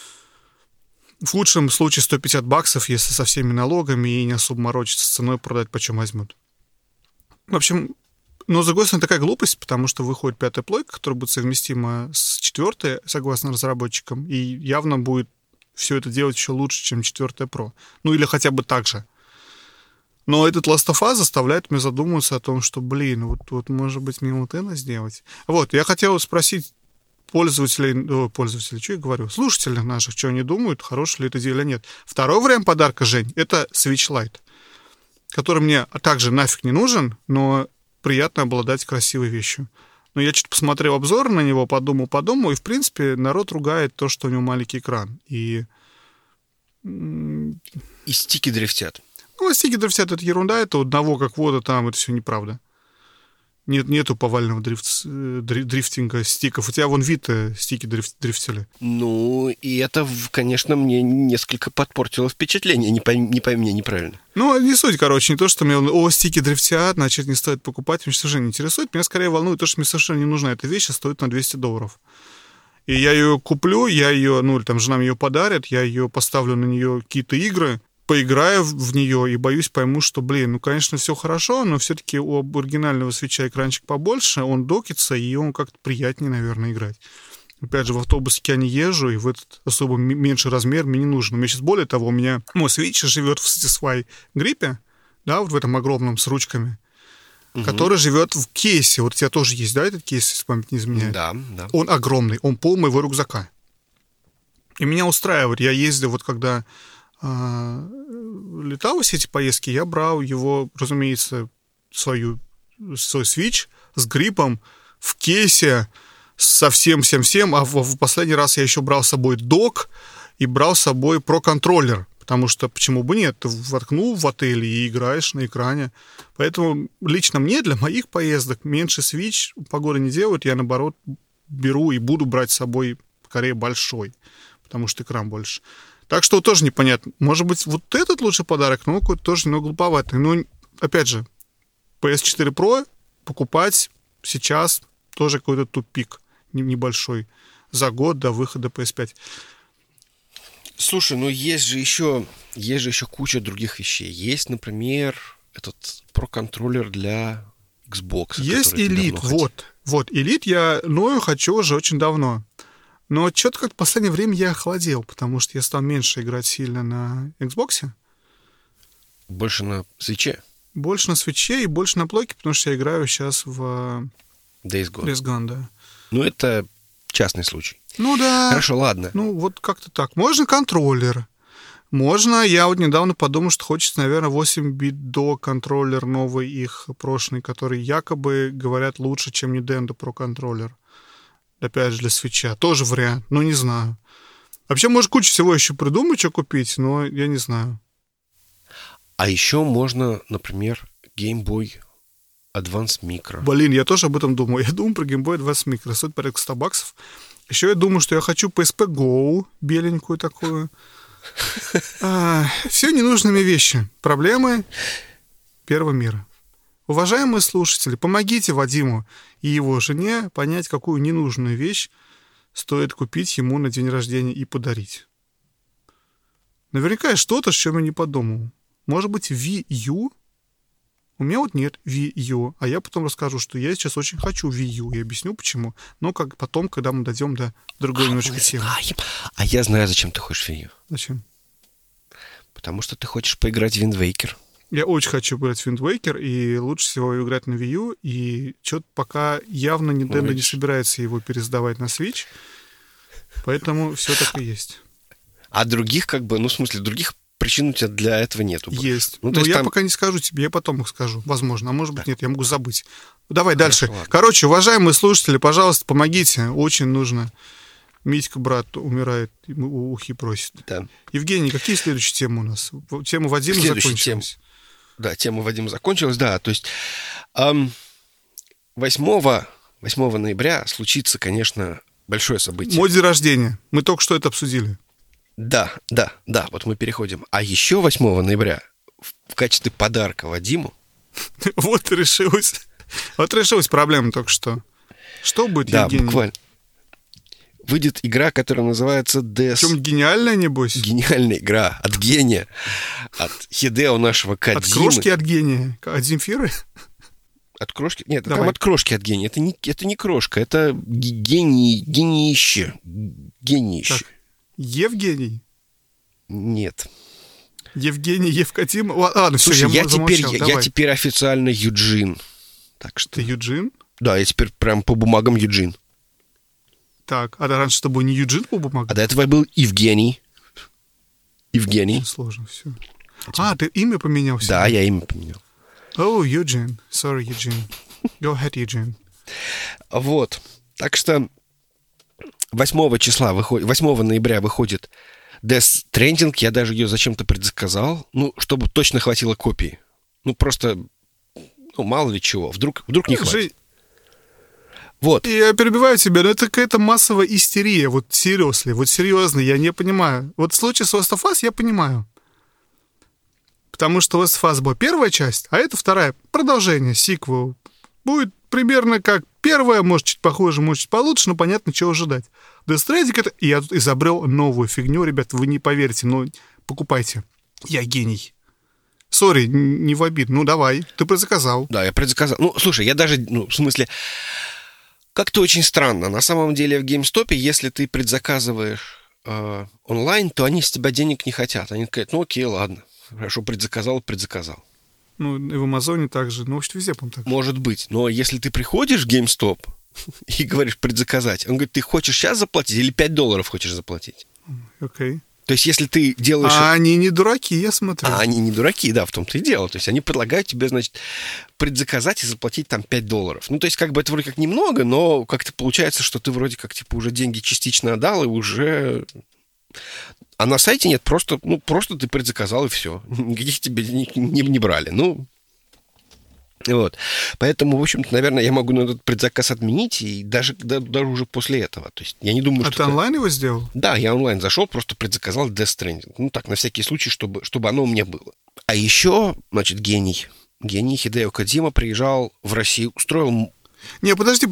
В лучшем случае $150, если со всеми налогами и не особо морочиться с ценой, продать почем возьмут. В общем, но, с другой стороны, такая глупость, потому что выходит 5-я плойка, которая будет совместима с 4-й, согласно разработчикам, и явно будет все это делать еще лучше, чем 4-я Pro. Или хотя бы так же. Но этот Last of Us заставляет меня задуматься о том, что, может быть, мне вот это сделать. Я хотел спросить слушателей, что я говорю, слушателей наших, что они думают, хорошая ли это идея или нет. Второй вариант подарка, Жень, это Switch Lite, который мне также нафиг не нужен, но приятно обладать красивой вещью. Но я что-то посмотрел обзор на него, подумал, и, в принципе, народ ругает то, что у него маленький экран. И стики дрифтят. Стики дрифтят — это ерунда, это одного как вода там, это все неправда. Нету повального дрифтинга стиков. У тебя вон Vita стики дрифтили. И это, конечно, мне несколько подпортило впечатление. Не пойми меня неправильно. Не суть, не то, что мне, стики дрифтят, значит, не стоит покупать. Меня совершенно не интересует. Меня скорее волнует то, что мне совершенно не нужна эта вещь, стоит на $200. И я ее куплю, или там жена мне ее подарит, я ее поставлю на нее какие-то игры, поиграю в нее и, боюсь, пойму, что, конечно, все хорошо, но все-таки у оригинального свитча экранчик побольше, он докится, и он как-то приятнее, наверное, играть. Опять же, в автобусике я не езжу, и в этот особо меньший размер мне не нужен. У меня сейчас, более того, у меня мой свитч живет в Satisfy гриппе, да, вот в этом огромном с ручками, который живет в кейсе. Вот у тебя тоже есть, да, этот кейс, если память не изменяет? Да. Он огромный, он пол моего рюкзака. И меня устраивает. Я ездил, когда летал все эти поездки, я брал его, разумеется, свой свитч с гриппом в кейсе, со всем, а в последний раз я еще брал с собой док и брал с собой Pro-контроллер, потому что почему бы нет, ты воткнул в отеле и играешь на экране. Поэтому лично мне, для моих поездок, меньше свитч погода не делают, я, наоборот, беру и буду брать с собой скорее большой, потому что экран больше. Так что тоже непонятно. Может быть, вот этот лучший подарок, но какой-то тоже немного глуповатый. Опять же, PS4 Pro покупать сейчас тоже какой-то тупик небольшой за год до выхода PS5. Слушай, есть же еще куча других вещей. Есть, например, этот Pro-контроллер для Xbox. Есть Elite, вот. Elite я хочу уже очень давно. Но что-то как-то в последнее время я охладел, потому что я стал меньше играть сильно на Xbox. Больше на свитче? Больше на свитче и больше на плойке, потому что я играю сейчас в Days Gone. Days Gone, да. Ну, это частный случай. Ну да. Хорошо, ладно. Ну, вот как-то так. Можно контроллер. Можно, я вот недавно подумал, что хочется, наверное, 8-бит до контроллер новый их прошлый, который якобы говорят лучше, чем Nintendo Pro контроллер. Опять же, для свитча. Тоже вариант, но не знаю. Вообще, может, кучу всего еще придумать, что купить, но я не знаю. А еще можно, например, Game Boy Advance Micro. Блин, я тоже об этом думал. Я думаю про Game Boy Advance Micro. Стоит порядка $100. Еще я думаю, что я хочу PSP Go, беленькую такую. Все ненужные вещи. Проблемы первого мира. Уважаемые слушатели, помогите Вадиму и его жене понять, какую ненужную вещь стоит купить ему на день рождения и подарить. Наверняка что-то, о чем я не подумал. Может быть, Wii U? У меня вот нет Wii U, а я потом расскажу, что я сейчас очень хочу Wii U, и объясню почему. Но как потом, когда мы дойдем до другой немножечко темы. А я знаю, зачем ты хочешь Wii U. Зачем? Потому что ты хочешь поиграть в Wind Waker. Я очень хочу играть в Wind Waker, и лучше всего играть на Wii U, и что-то пока явно Nintendo не собирается его пересдавать на Switch, поэтому все так и есть. А других, других причин у тебя для этого нету. Есть. Ну, но я там... пока не скажу тебе, я потом их скажу, возможно. А может быть, нет, я могу забыть. Давай дальше. Ладно. Короче, уважаемые слушатели, пожалуйста, помогите. Очень нужно. Митька, брат, умирает, ухи просит. Да. Евгений, какие следующие темы у нас? Тема Вадима закончилась. Да, тема Вадима закончилась, да. То есть 8 ноября случится, конечно, большое событие. Мой день рождения. Мы только что это обсудили. Да, вот мы переходим. А еще 8 ноября в качестве подарка Вадиму... Вот решилась проблема только что. Что будет, Евгений? Да, буквально. Выйдет игра, которая называется Death... Причем гениальная, небось? Гениальная игра от гения, от Хидео нашего Кодзимы. От крошки от гения? От Земфиры? От крошки? Нет, давай. Там от крошки от гения. Это не крошка, это гениище. Так. Евгений? Нет. Евгений Евкодим? Ладно, все, слушай, я теперь официально Юджин. Так что... Ты Юджин? Да, я теперь прям по бумагам Юджин. Так, а раньше с тобой не Юджин по бумагам? А до этого я был Евгений. Очень сложно все. Ты имя поменял? Да, я имя поменял. Eugene. Sorry, Eugene. Go ahead, Eugene. Вот. Так что 8 ноября выходит Death Stranding. Я даже ее зачем-то предзаказал. Ну, чтобы точно хватило копий. Ну, просто... Ну, мало ли чего. Вдруг не хватит. Вот. Я перебиваю тебя, но это какая-то массовая истерия. Вот серьезно, я не понимаю. Вот в случае с Last of Us я понимаю. Потому что Last of Us была первая часть, а это вторая. Продолжение, сиквел. Будет примерно как первая, может, чуть похуже, может, чуть получше, но понятно, чего ожидать. Death Stranding это... Я тут изобрел новую фигню, ребят, вы не поверите, но покупайте. Я гений. Сори, не в обид. Ну, давай, ты предзаказал. Да, я предзаказал. Ну, слушай, я даже, в смысле... Как-то очень странно. На самом деле в GameStop, если ты предзаказываешь онлайн, то они с тебя денег не хотят. Они говорят, ну окей, ладно. Хорошо, предзаказал. Ну, и в Амазоне также. Ну, вообще везде, по-моему, так. Может быть. Но если ты приходишь в GameStop и говоришь предзаказать, он говорит, ты хочешь сейчас заплатить или $5 хочешь заплатить? Окей. То есть, если ты делаешь... А они не дураки, я смотрю. А они не дураки, да, в том-то и дело. То есть, они предлагают тебе, значит, предзаказать и заплатить там $5. Ну, то есть, как бы это вроде как немного, но как-то получается, что ты вроде как, типа, уже деньги частично отдал, и уже... А на сайте нет, просто ты предзаказал, и все. Никаких тебе денег не брали. Ну, вот. Поэтому, в общем-то, наверное, я могу этот предзаказ отменить, и даже уже после этого. То есть, я не думаю, что... ты онлайн его сделал? Да, я онлайн зашел, просто предзаказал Death Stranding. Ну, так, на всякий случай, чтобы оно у меня было. А еще, значит, гений Хидео Кодзима приезжал в Россию, устроил... Не, подожди.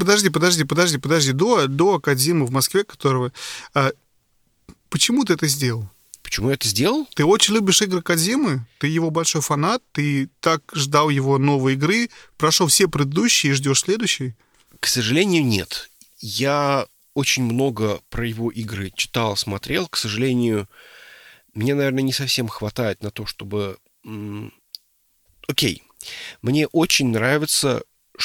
До Кодзимы в Москве, которого... Почему ты это сделал? Почему я это сделал? Ты очень любишь игры Кодзимы, ты его большой фанат, ты так ждал его новой игры, прошел все предыдущие и ждешь следующей? К сожалению, нет. Я очень много про его игры читал, смотрел. К сожалению, мне, наверное, не совсем хватает на то, чтобы окей, мне очень нравится...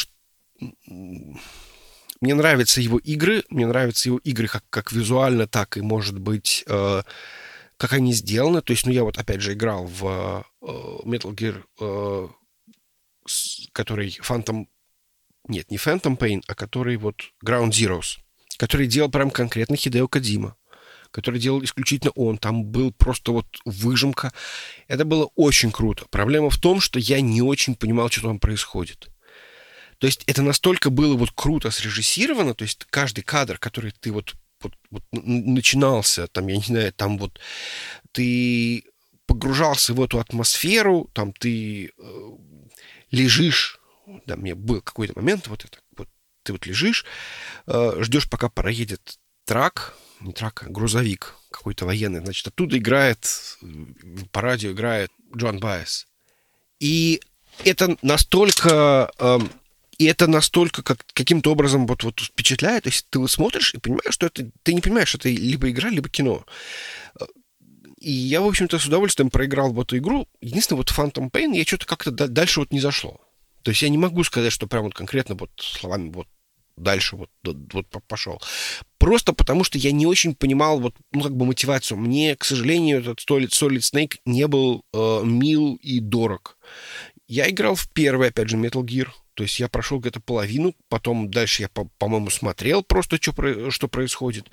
Мне нравятся его игры, как визуально, так и, может быть, как они сделаны. То есть, я вот, опять же, играл в Metal Gear, который Phantom... Нет, не Phantom Pain, а который вот Ground Zeroes, который делал прям конкретно Хидео Кодзима, который делал исключительно он. Там был просто вот выжимка. Это было очень круто. Проблема в том, что я не очень понимал, что там происходит. То есть это настолько было вот круто срежиссировано, то есть каждый кадр, который ты вот начинался, там, я не знаю, там вот ты погружался в эту атмосферу, там ты лежишь, да, мне был какой-то момент, вот это, вот ты вот лежишь, ждешь, пока проедет не трак, а грузовик какой-то военный, значит, оттуда играет, по радио играет Джон Байес. И это настолько... каким-то образом вот впечатляет. То есть ты вот смотришь и понимаешь, что это... Ты не понимаешь, что это либо игра, либо кино. И я, в общем-то, с удовольствием проиграл в эту игру. Единственное, вот Phantom Pain, я что-то как-то дальше вот не зашло. То есть я не могу сказать, что прям вот конкретно вот словами вот дальше вот пошел. Просто потому, что я не очень понимал вот, мотивацию. Мне, к сожалению, этот Solid Snake не был мил и дорог. Я играл в первый, опять же, Metal Gear. То есть я прошел где-то половину, потом дальше я, по-моему, смотрел просто, что происходит.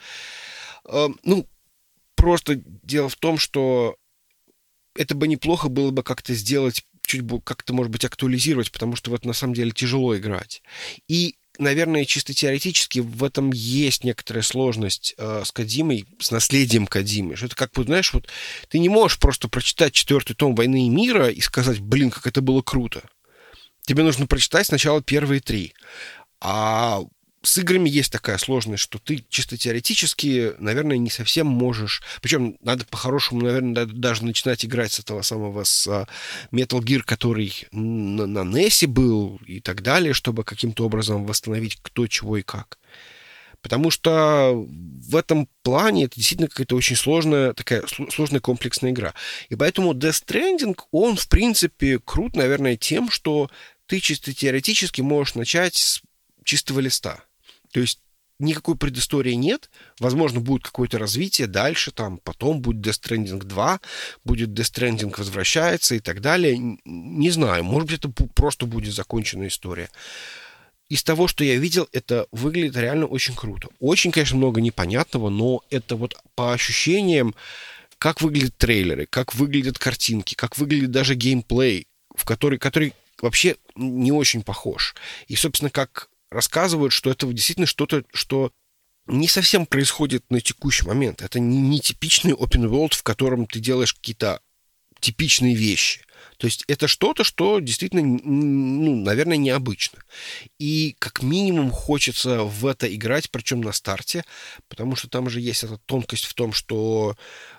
Просто дело в том, что это бы неплохо было бы как-то сделать, как-то, может быть, актуализировать, потому что вот на самом деле тяжело играть. И, наверное, чисто теоретически в этом есть некоторая сложность с Кодзимой, с наследием Кодзимы. Что это как, вот, знаешь, вот ты не можешь просто прочитать 4-й том «Войны и мира» и сказать, блин, как это было круто. Тебе нужно прочитать сначала первые 3. А с играми есть такая сложность, что ты чисто теоретически, наверное, не совсем можешь... Причем надо по-хорошему, наверное, даже начинать играть с этого самого, с Metal Gear, который на NES был и так далее, чтобы каким-то образом восстановить кто, чего и как. Потому что в этом плане это действительно какая-то очень сложная комплексная игра. И поэтому Death Stranding, он, в принципе, крут, наверное, тем, что ты чисто теоретически можешь начать с чистого листа. То есть никакой предыстории нет. Возможно, будет какое-то развитие дальше, там, потом будет Death Stranding 2, будет Death Stranding возвращается и так далее. Не знаю, может быть, это просто будет законченная история. Из того, что я видел, это выглядит реально очень круто. Очень, конечно, много непонятного, но это вот по ощущениям, как выглядят трейлеры, как выглядят картинки, как выглядит даже геймплей, который вообще не очень похож. И, собственно, как рассказывают, что это действительно что-то, что не совсем происходит на текущий момент. Это не типичный open world, в котором ты делаешь какие-то типичные вещи. То есть это что-то, что действительно, наверное, необычно. И как минимум хочется в это играть, причем на старте, потому что там же есть эта тонкость в том, что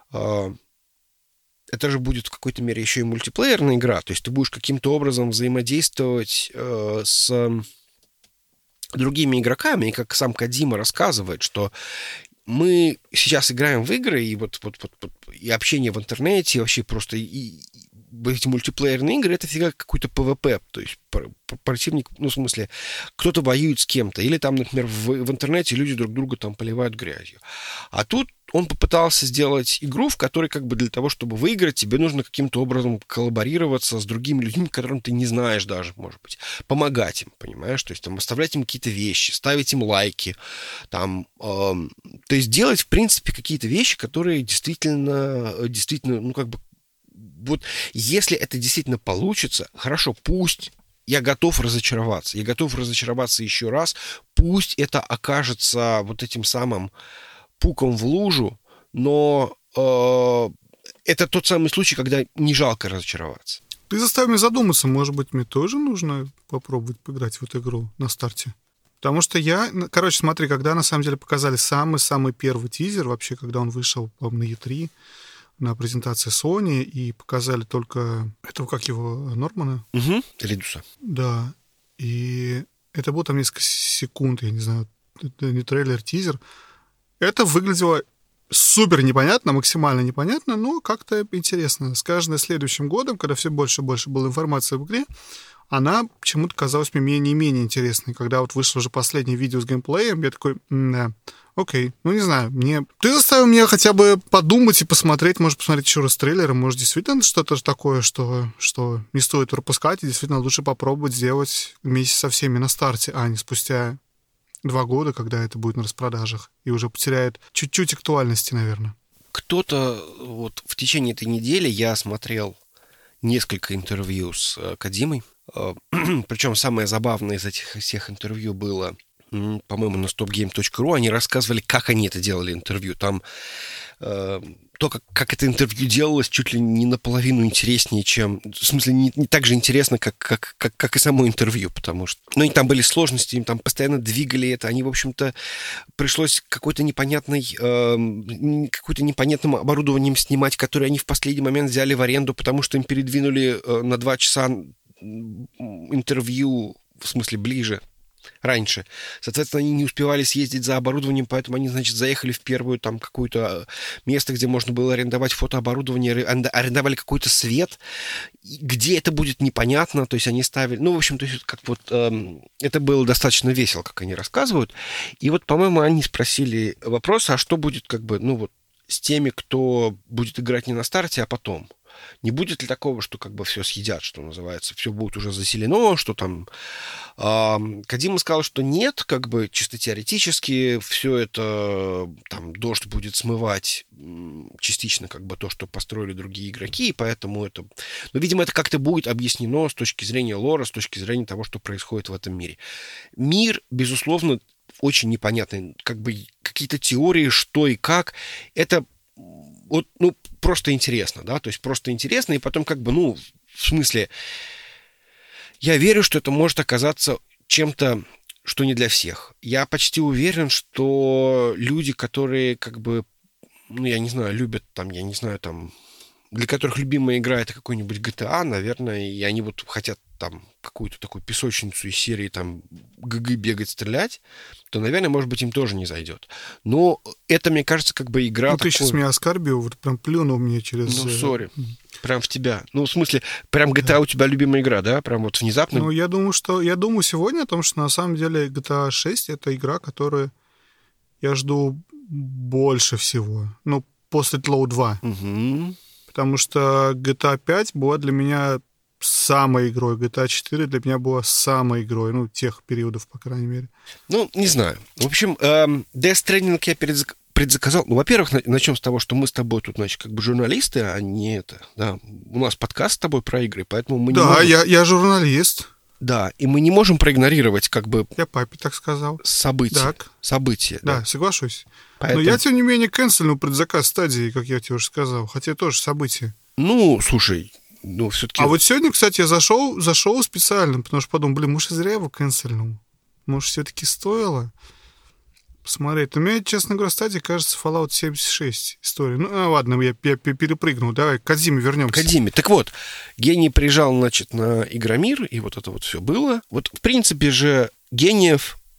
это же будет в какой-то мере еще и мультиплеерная игра. То есть ты будешь каким-то образом взаимодействовать с другими игроками, и как сам Кодзима рассказывает, что мы сейчас играем в игры, и вот и общение в интернете, и вообще просто эти мультиплеерные игры, это всегда какой-то PvP, то есть противник, в смысле, кто-то воюет с кем-то, или там, например, в интернете люди друг друга там поливают грязью. А тут он попытался сделать игру, в которой как бы для того, чтобы выиграть, тебе нужно каким-то образом коллаборироваться с другими людьми, которым ты не знаешь даже, может быть, помогать им, понимаешь, то есть там оставлять им какие-то вещи, ставить им лайки, там, то есть делать, в принципе, какие-то вещи, которые действительно, вот если это действительно получится, хорошо, пусть я готов разочароваться еще раз, пусть это окажется вот этим самым пуком в лужу, но это тот самый случай, когда не жалко разочароваться. Ты заставил меня задуматься, может быть, мне тоже нужно попробовать поиграть в эту игру на старте? Потому что смотри, когда на самом деле показали самый-самый первый тизер, вообще, когда он вышел, по-моему, на E3, на презентации Sony, и показали только этого, как его, Нормана? Угу, Ридуса. Да, и это было там несколько секунд, я не знаю, это не трейлер, тизер. Это выглядело супер непонятно, максимально непонятно, но как-то интересно. С каждым следующим годом, когда все больше и больше было информации в игре, она почему-то казалась мне менее и менее интересной. Когда вот вышло уже последнее видео с геймплеем, я такой, да, окей, ну не знаю, ты заставил меня хотя бы подумать и посмотреть, может посмотреть еще раз трейлеры, может действительно что-то такое, что не стоит пропускать, и действительно лучше попробовать сделать вместе со всеми на старте, а не спустя 2 года, когда это будет на распродажах, и уже потеряет чуть-чуть актуальности, наверное. Кто-то вот в течение этой недели я смотрел несколько интервью с Кодзимой. Причем самое забавное из этих всех интервью было, по-моему, на stopgame.ru. Они рассказывали, как они это делали интервью. Там то, как это интервью делалось, чуть ли не наполовину интереснее, чем... В смысле, не так же интересно, как и само интервью, потому что... Ну, и там были сложности, им там постоянно двигали это. Они, в общем-то, пришлось каким-то непонятным оборудованием снимать, которое они в последний момент взяли в аренду, потому что им передвинули на 2 часа интервью, в смысле, ближе, раньше. Соответственно, они не успевали съездить за оборудованием, поэтому они, значит, заехали в первую там какое-то место, где можно было арендовать фотооборудование, арендовали какой-то свет, где это будет непонятно, то есть они ставили... Ну, в общем, то есть как вот... это было достаточно весело, как они рассказывают. И вот, по-моему, они спросили вопрос, а что будет как бы, ну вот, с теми, кто будет играть не на старте, а потом? Не будет ли такого, что как бы все съедят, что называется, все будет уже заселено, что там... Кодзима сказал, что нет, как бы чисто теоретически все это, там, дождь будет смывать частично как бы то, что построили другие игроки, и поэтому это... Но, видимо, это как-то будет объяснено с точки зрения лора, с точки зрения того, что происходит в этом мире. Мир, безусловно, очень непонятный. Как бы какие-то теории, что и как, это... Вот, ну, просто интересно, да, то есть просто интересно, и потом как бы, ну, в смысле, я верю, что это может оказаться чем-то, что не для всех. Я почти уверен, что люди, которые как бы, ну, я не знаю, любят там, я не знаю, там, для которых любимая игра это какой-нибудь GTA, наверное, и они вот хотят там какую-то такую песочницу из серии там ГГ бегать, стрелять, то, наверное, может быть, им тоже не зайдет. Но это, мне кажется, как бы игра... Ну, ты сейчас меня оскорбил, вот прям плюнул мне через... Ну, сори, прям в тебя. Ну, в смысле, прям GTA у тебя любимая игра, да? Прям вот внезапно... Ну, я думаю сегодня о том, что на самом деле GTA 6 — это игра, которую я жду больше всего. Ну, после Тлоу 2. Угу. Потому что GTA 5 была для меня самой игрой. GTA 4 для меня была самой игрой. Ну, тех периодов, по крайней мере. Ну, не знаю. В общем, Death Stranding я предзаказал. Ну, во-первых, начнем с того, что мы с тобой тут, значит, как бы журналисты, а не это. Да, у нас подкаст с тобой про игры, поэтому мы не можем... Да, я журналист. Да, и мы не можем проигнорировать, как бы... Я папе так сказал. События. Да, соглашусь. Поэтому... Но я, тем не менее, канцельнул предзаказ стадии, как я тебе уже сказал. Хотя тоже событие. Ну, слушай, ну, все-таки... А вот сегодня, кстати, я зашел специально, потому что подумал, может, и зря его канцельнул. Может, все-таки стоило посмотреть. Но мне, честно говоря, стадия кажется Fallout 76 история. Ну, ладно, я перепрыгнул. Давай к Кодзиме вернемся. Кодзиме. Так вот, гений приезжал, значит, на Игромир, и вот это вот все было. Вот, в принципе же, гении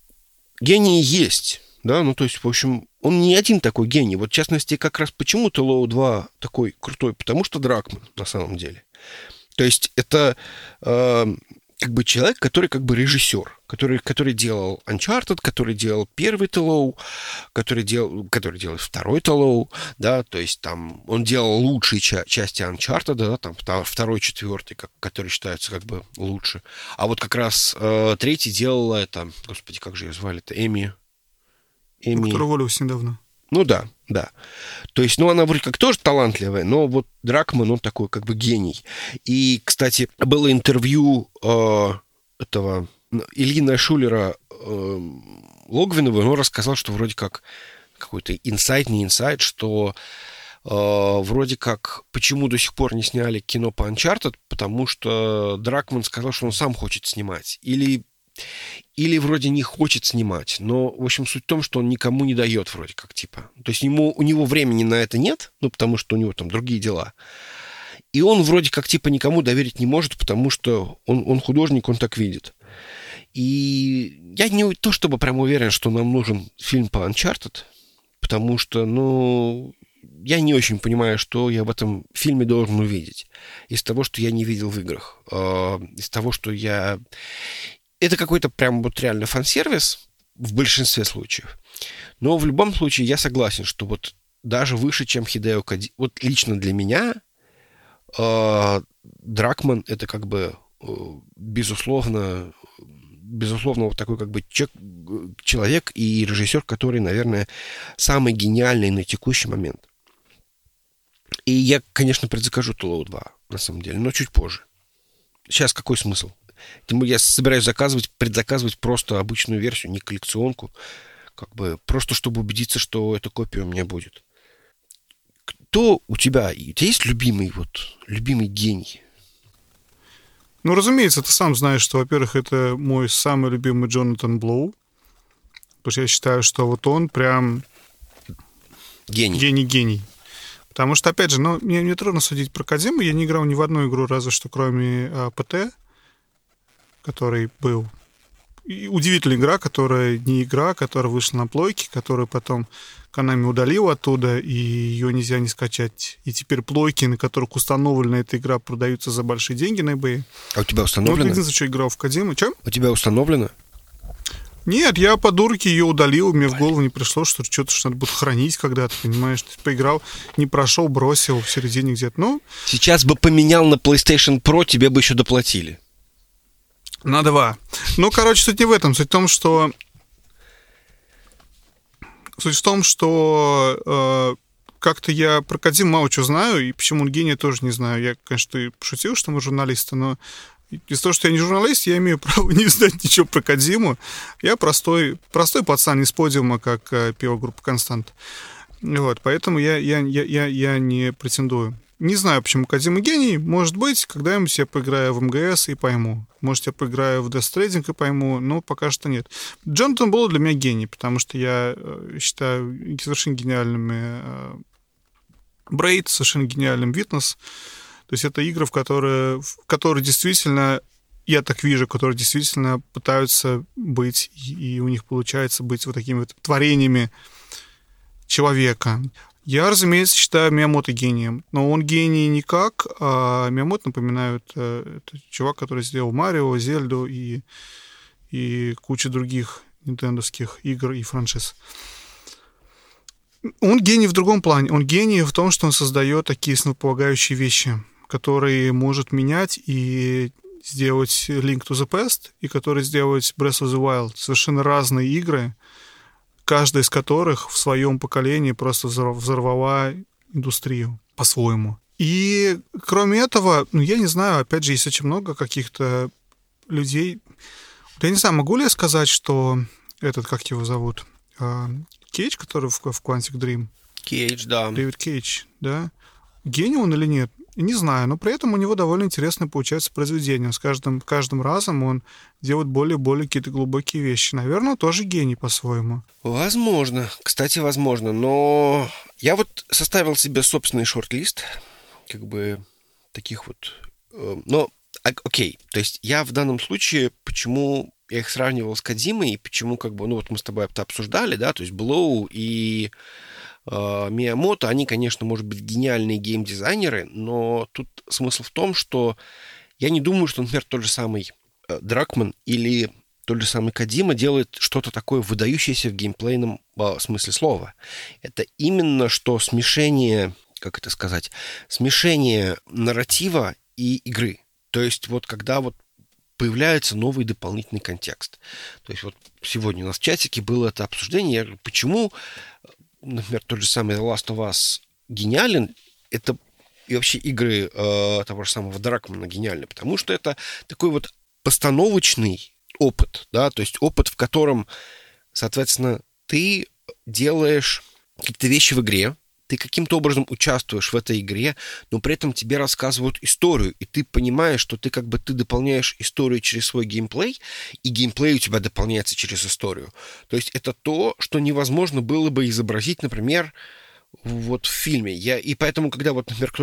есть, да, ну, то есть, в общем, он не один такой гений. Вот, в частности, как раз почему Тлоу 2 такой крутой? Потому что Дракман, на самом деле. То есть, это... как бы человек, который как бы режиссер, который делал Uncharted, который делал первый Тлоу, который делал второй Тлоу, да, то есть там он делал лучшие части Uncharted, да, там второй, четвертый, который считаются как бы лучше. А вот как раз третий делала это, господи, как же ее звали-то, Эми. Которая уволилась недавно. Ну да. То есть, ну, она вроде как тоже талантливая, но вот Дракман, он такой как бы гений. И, кстати, было интервью этого Ильина Шулера Логвинова, он рассказал, что вроде как какой-то инсайт, не инсайт, что вроде как почему до сих пор не сняли кино по Uncharted, потому что Дракман сказал, что он сам хочет снимать. Или вроде не хочет снимать, но, в общем, суть в том, что он никому не дает вроде как, типа. То есть у него времени на это нет, ну, потому что у него там другие дела. И он вроде как, типа, никому доверить не может, потому что он художник, он так видит. И я не то чтобы прям уверен, что нам нужен фильм по Uncharted, потому что, я не очень понимаю, что я в этом фильме должен увидеть. Из того, что я не видел в играх. Из того, что я... Это какой-то прям вот реально фан-сервис в большинстве случаев. Но в любом случае я согласен, что вот даже выше, чем Хидео Кодзима, вот лично для меня Дракман — это как бы безусловно вот такой как бы человек и режиссер, который, наверное, самый гениальный на текущий момент. И я, конечно, предзакажу Тулоу 2, на самом деле, но чуть позже. Сейчас какой смысл? Я собираюсь предзаказывать просто обычную версию, не коллекционку, как бы просто чтобы убедиться, что эта копия у меня будет. Кто у тебя есть любимый гений? Ну, разумеется, ты сам знаешь, что, во-первых, это мой самый любимый Джонатан Блоу, потому что я считаю, что вот он прям гений. Потому что, опять же, мне трудно судить про Кодзиму, я не играл ни в одну игру, разве что кроме ПТ, который был. И удивительная игра, которая вышла на плойке, которую потом Konami удалила оттуда, и ее нельзя не скачать. И теперь плойки, на которых установлена эта игра, продаются за большие деньги на eBay. А у тебя установлено? Единственное, что играл в Кодзиму. Чем? У тебя установлено? Нет, я по дурке ее удалил, мне в голову не пришло, что что-то надо будет хранить когда-то, понимаешь? Ты поиграл, не прошел, бросил в середине где-то. Сейчас бы поменял на PlayStation Pro, тебе бы еще доплатили. На 2. Суть не в этом. Суть в том, что как-то я про Кодзиму мало чего знаю, и почему он гений, тоже не знаю. Я, конечно, пошутил, что мы журналисты, но из-за того, что я не журналист, я имею право не знать ничего про Кодзиму. Я простой пацан из подиума, как пела группа «Констант». Вот, поэтому я не претендую. Не знаю, почему Кодзима гений. Может быть, когда-нибудь я поиграю в МГС и пойму. Может, я поиграю в Death Stranding и пойму, но пока что нет. Джонатан Блоу для меня гений, потому что я считаю совершенно гениальными Braid, совершенно гениальным Witness. То есть это игры, в которые действительно, я так вижу, которые действительно пытаются быть, и у них получается быть вот такими вот творениями человека. Я, разумеется, считаю Миямото гением, но он гений не как, а Миямото напоминает это чувак, который сделал Марио, Зельду и кучу других нинтендовских игр и франшиз. Он гений в другом плане. Он гений в том, что он создает такие основополагающие вещи, которые может менять и сделать Link to the Past, и который сделать Breath of the Wild. Совершенно разные игры, каждая из которых в своем поколении просто взорвала индустрию по-своему. И кроме этого, я не знаю, опять же, есть очень много каких-то людей. Я не знаю, могу ли я сказать, что как его зовут? Кейдж, который в Quantic Dream? Кейдж, да. Дэвид Кейдж, да? Гений он или нет? Не знаю, но при этом у него довольно интересное получается произведение. С каждым разом он делает более и более какие-то глубокие вещи. Наверное, он тоже гений по-своему. Возможно. Кстати, возможно. Но я вот составил себе собственный шорт-лист, как бы таких вот... Но, окей, то есть я в данном случае, почему я их сравнивал с Кодзимой, и почему как бы, вот мы с тобой это обсуждали, да, то есть Блоу и Миямото, они, конечно, может быть, гениальные геймдизайнеры, но тут смысл в том, что я не думаю, что, например, тот же самый Дракман или тот же самый Кодзима делает что-то такое выдающееся в геймплейном смысле слова. Это именно что смешение, как это сказать, смешение нарратива и игры. То есть вот когда вот появляется новый дополнительный контекст. То есть вот сегодня у нас в чатике было это обсуждение, я говорю, почему, например, тот же самый The Last of Us гениален, это и вообще игры того же самого Дракмана гениальны, потому что это такой вот постановочный опыт, да, то есть опыт, в котором, соответственно, ты делаешь какие-то вещи в игре, ты каким-то образом участвуешь в этой игре, но при этом тебе рассказывают историю, и ты понимаешь, что ты как бы ты дополняешь историю через свой геймплей, и геймплей у тебя дополняется через историю. То есть это то, что невозможно было бы изобразить, например, вот в фильме. И поэтому, когда вот, например,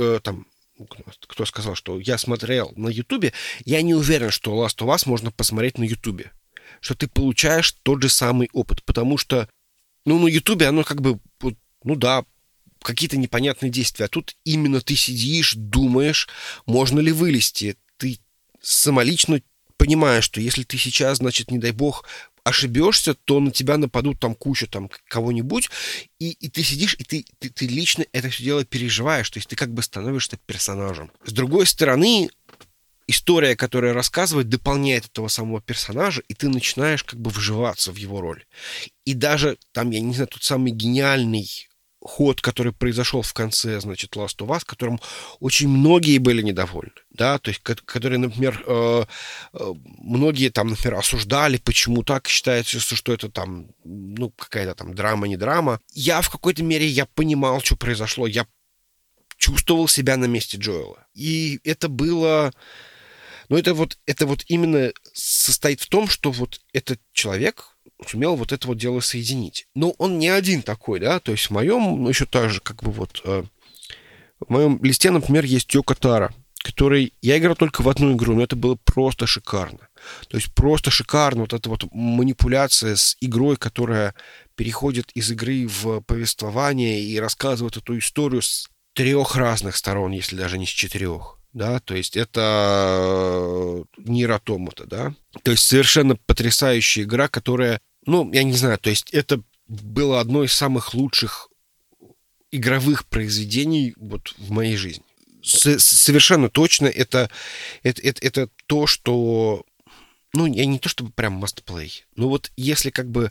кто сказал, что я смотрел на Ютубе, я не уверен, что Last of Us можно посмотреть на Ютубе. Что ты получаешь тот же самый опыт, потому что Ну, на Ютубе оно как бы, ну да, какие-то непонятные действия. А тут именно ты сидишь, думаешь, можно ли вылезти. Ты самолично понимаешь, что если ты сейчас, значит, не дай бог, ошибешься, то на тебя нападут там куча там кого-нибудь, и ты сидишь, и ты лично это все дело переживаешь, то есть ты как бы становишься персонажем. С другой стороны, история, которая рассказывает, дополняет этого самого персонажа, и ты начинаешь как бы вживаться в его роль. И даже там, я не знаю, тот самый гениальный ход, который произошел в конце, значит, Last of Us, которым очень многие были недовольны, да, то есть, которые, например, многие там, например, осуждали, почему так считается, что это там, ну, какая-то там драма, не драма. Я в какой-то мере, я понимал, что произошло, я чувствовал себя на месте Джоэла. И это было... Но это вот именно состоит в том, что вот этот человек сумел вот это вот дело соединить. Но он не один такой, да, то есть в моем, ну, еще так же, как бы вот, в моем листе, например, есть Йоко Таро, который, я играл только в одну игру, но это было просто шикарно. То есть просто шикарно вот эта вот манипуляция с игрой, которая переходит из игры в повествование и рассказывает эту историю с 3 разных сторон, если даже не с 4. Да, то есть это Нир Automata, да. То есть совершенно потрясающая игра, которая, ну, я не знаю, то есть это было одно из самых лучших игровых произведений вот в моей жизни. Совершенно точно это то, что, ну, я не то чтобы прям must play, но вот если как бы,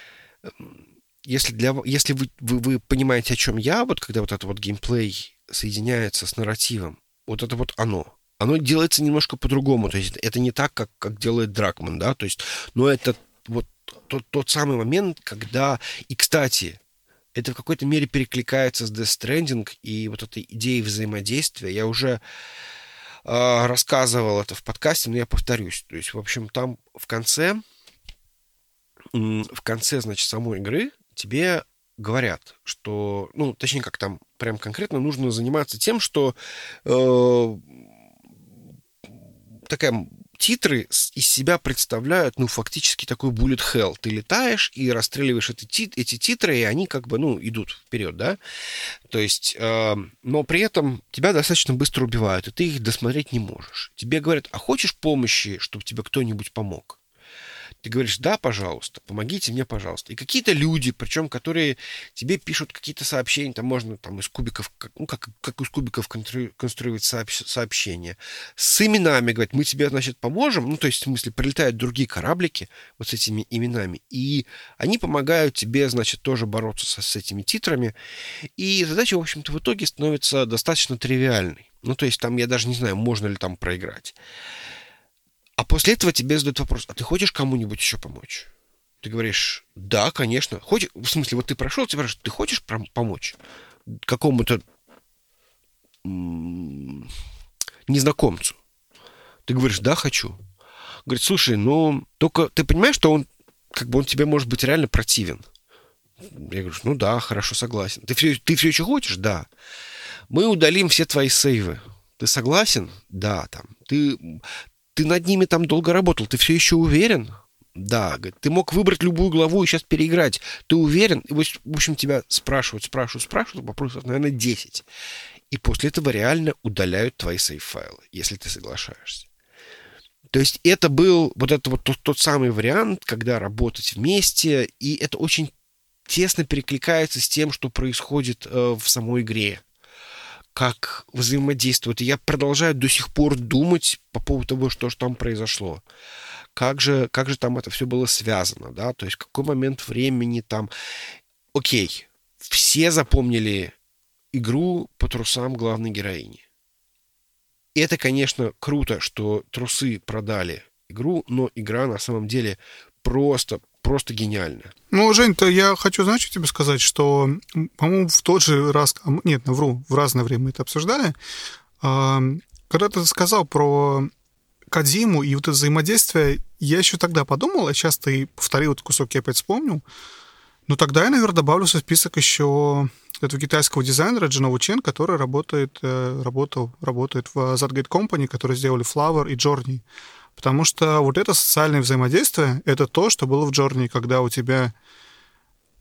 если вы понимаете, о чем я, вот когда вот этот вот геймплей соединяется с нарративом, вот это вот оно. Оно делается немножко по-другому. То есть это не так, как делает Дракман, да, то есть, но это вот тот самый момент, когда... И, кстати, это в какой-то мере перекликается с Death Stranding и вот этой идеей взаимодействия. Я уже рассказывал это в подкасте, но я повторюсь. То есть, в общем, там в конце, значит, самой игры тебе говорят, что, ну, точнее, как там прям конкретно нужно заниматься тем, что титры из себя представляют, ну, фактически такой bullet hell. Ты летаешь и расстреливаешь эти титры, и они как бы, ну, идут вперед, да? То есть, но при этом тебя достаточно быстро убивают, и ты их досмотреть не можешь. Тебе говорят, а хочешь помощи, чтобы тебе кто-нибудь помог? Ты говоришь, да, пожалуйста, помогите мне, пожалуйста. И какие-то люди, причем, которые тебе пишут какие-то сообщения, там можно там из кубиков, ну, как из кубиков конструировать сообщения, с именами, говорят, мы тебе, значит, поможем, ну, то есть, в смысле, прилетают другие кораблики вот с этими именами, и они помогают тебе, значит, тоже бороться с этими титрами, и задача, в общем-то, в итоге становится достаточно тривиальной. Ну, то есть, там, я даже не знаю, можно ли там проиграть. А после этого тебе задают вопрос, а ты хочешь кому-нибудь еще помочь? Ты говоришь, да, конечно. В смысле, вот ты прошел, тебе спрашивают, ты хочешь помочь какому-то незнакомцу? Ты говоришь, да, хочу. Говорит, слушай, ну, только ты понимаешь, что он, как бы он тебе может быть реально противен. Я говорю, ну да, хорошо, согласен. Ты все еще хочешь? Да. Мы удалим все твои сейвы. Ты согласен? Да, там. Ты над ними там долго работал, ты все еще уверен? Да, говорит, ты мог выбрать любую главу и сейчас переиграть. Ты уверен? И, в общем, тебя спрашивают, вопросов, наверное, 10. И после этого реально удаляют твои сейв-файлы, если ты соглашаешься. То есть это был вот это вот тот самый вариант, когда работать вместе, и это очень тесно перекликается с тем, что происходит в самой игре. Как взаимодействуют. И я продолжаю до сих пор думать по поводу того, что же там произошло. Как же там это все было связано, да? То есть в какой момент времени там... Окей, все запомнили игру по трусам главной героини. И это, конечно, круто, что трусы продали игру, но игра на самом деле просто гениальная. Ну, Жень-то я хочу, знаешь, что тебе сказать, что, по-моему, в тот же раз... Нет, вру, в разное время мы это обсуждали. Когда ты сказал про Кодзиму и вот это взаимодействие, я еще тогда подумал, а сейчас ты повторил этот кусок, я опять вспомнил, но тогда я, наверное, добавлю в свой список еще этого китайского дизайнера Джинову Чен, который работает в Zgate Company, которые сделали Flower и Journey. Потому что вот это социальное взаимодействие — это то, что было в Journey, когда у тебя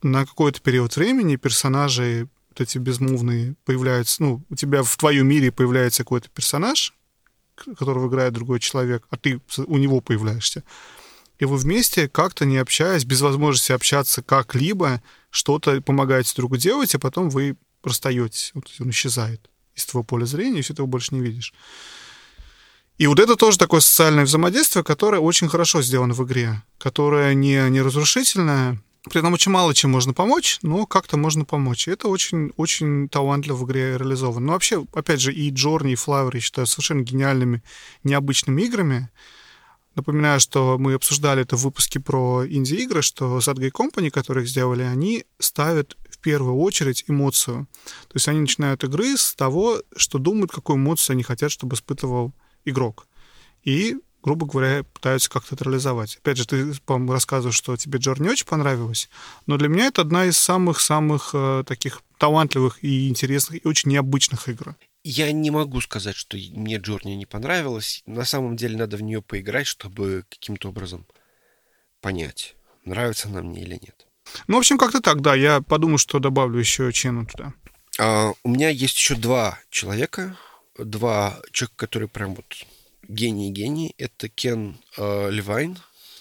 на какой-то период времени персонажи вот эти безмувные появляются, ну, у тебя в твоем мире появляется какой-то персонаж, которого играет другой человек, а ты у него появляешься. И вы вместе, как-то не общаясь, без возможности общаться как-либо, что-то помогаете другу делать, а потом вы расстаетесь. Вот он исчезает из твоего поля зрения, и все этого больше не видишь. И вот это тоже такое социальное взаимодействие, которое очень хорошо сделано в игре, которое не разрушительное. При этом очень мало чем можно помочь, но как-то можно помочь. И это очень, очень талантливо в игре реализовано. Но вообще, опять же, и Journey, и Flower я считаю совершенно гениальными, необычными играми. Напоминаю, что мы обсуждали это в выпуске про инди-игры, что Zadgay Company, которые их сделали, они ставят в первую очередь эмоцию. То есть они начинают игры с того, что думают, какую эмоцию они хотят, чтобы испытывал игрок. И, грубо говоря, пытаются как-то это реализовать. Опять же, ты, по-моему, рассказываешь, что тебе Journey не очень понравилась, но для меня это одна из самых-самых таких талантливых и интересных, и очень необычных игр. Я не могу сказать, что мне Journey не понравилась. На самом деле надо в нее поиграть, чтобы каким-то образом понять, нравится она мне или нет. Ну, в общем, как-то так, да. Я подумаю, что добавлю еще Чену туда. У меня есть еще два человека, которые прям вот гений. Это Кен Левайн,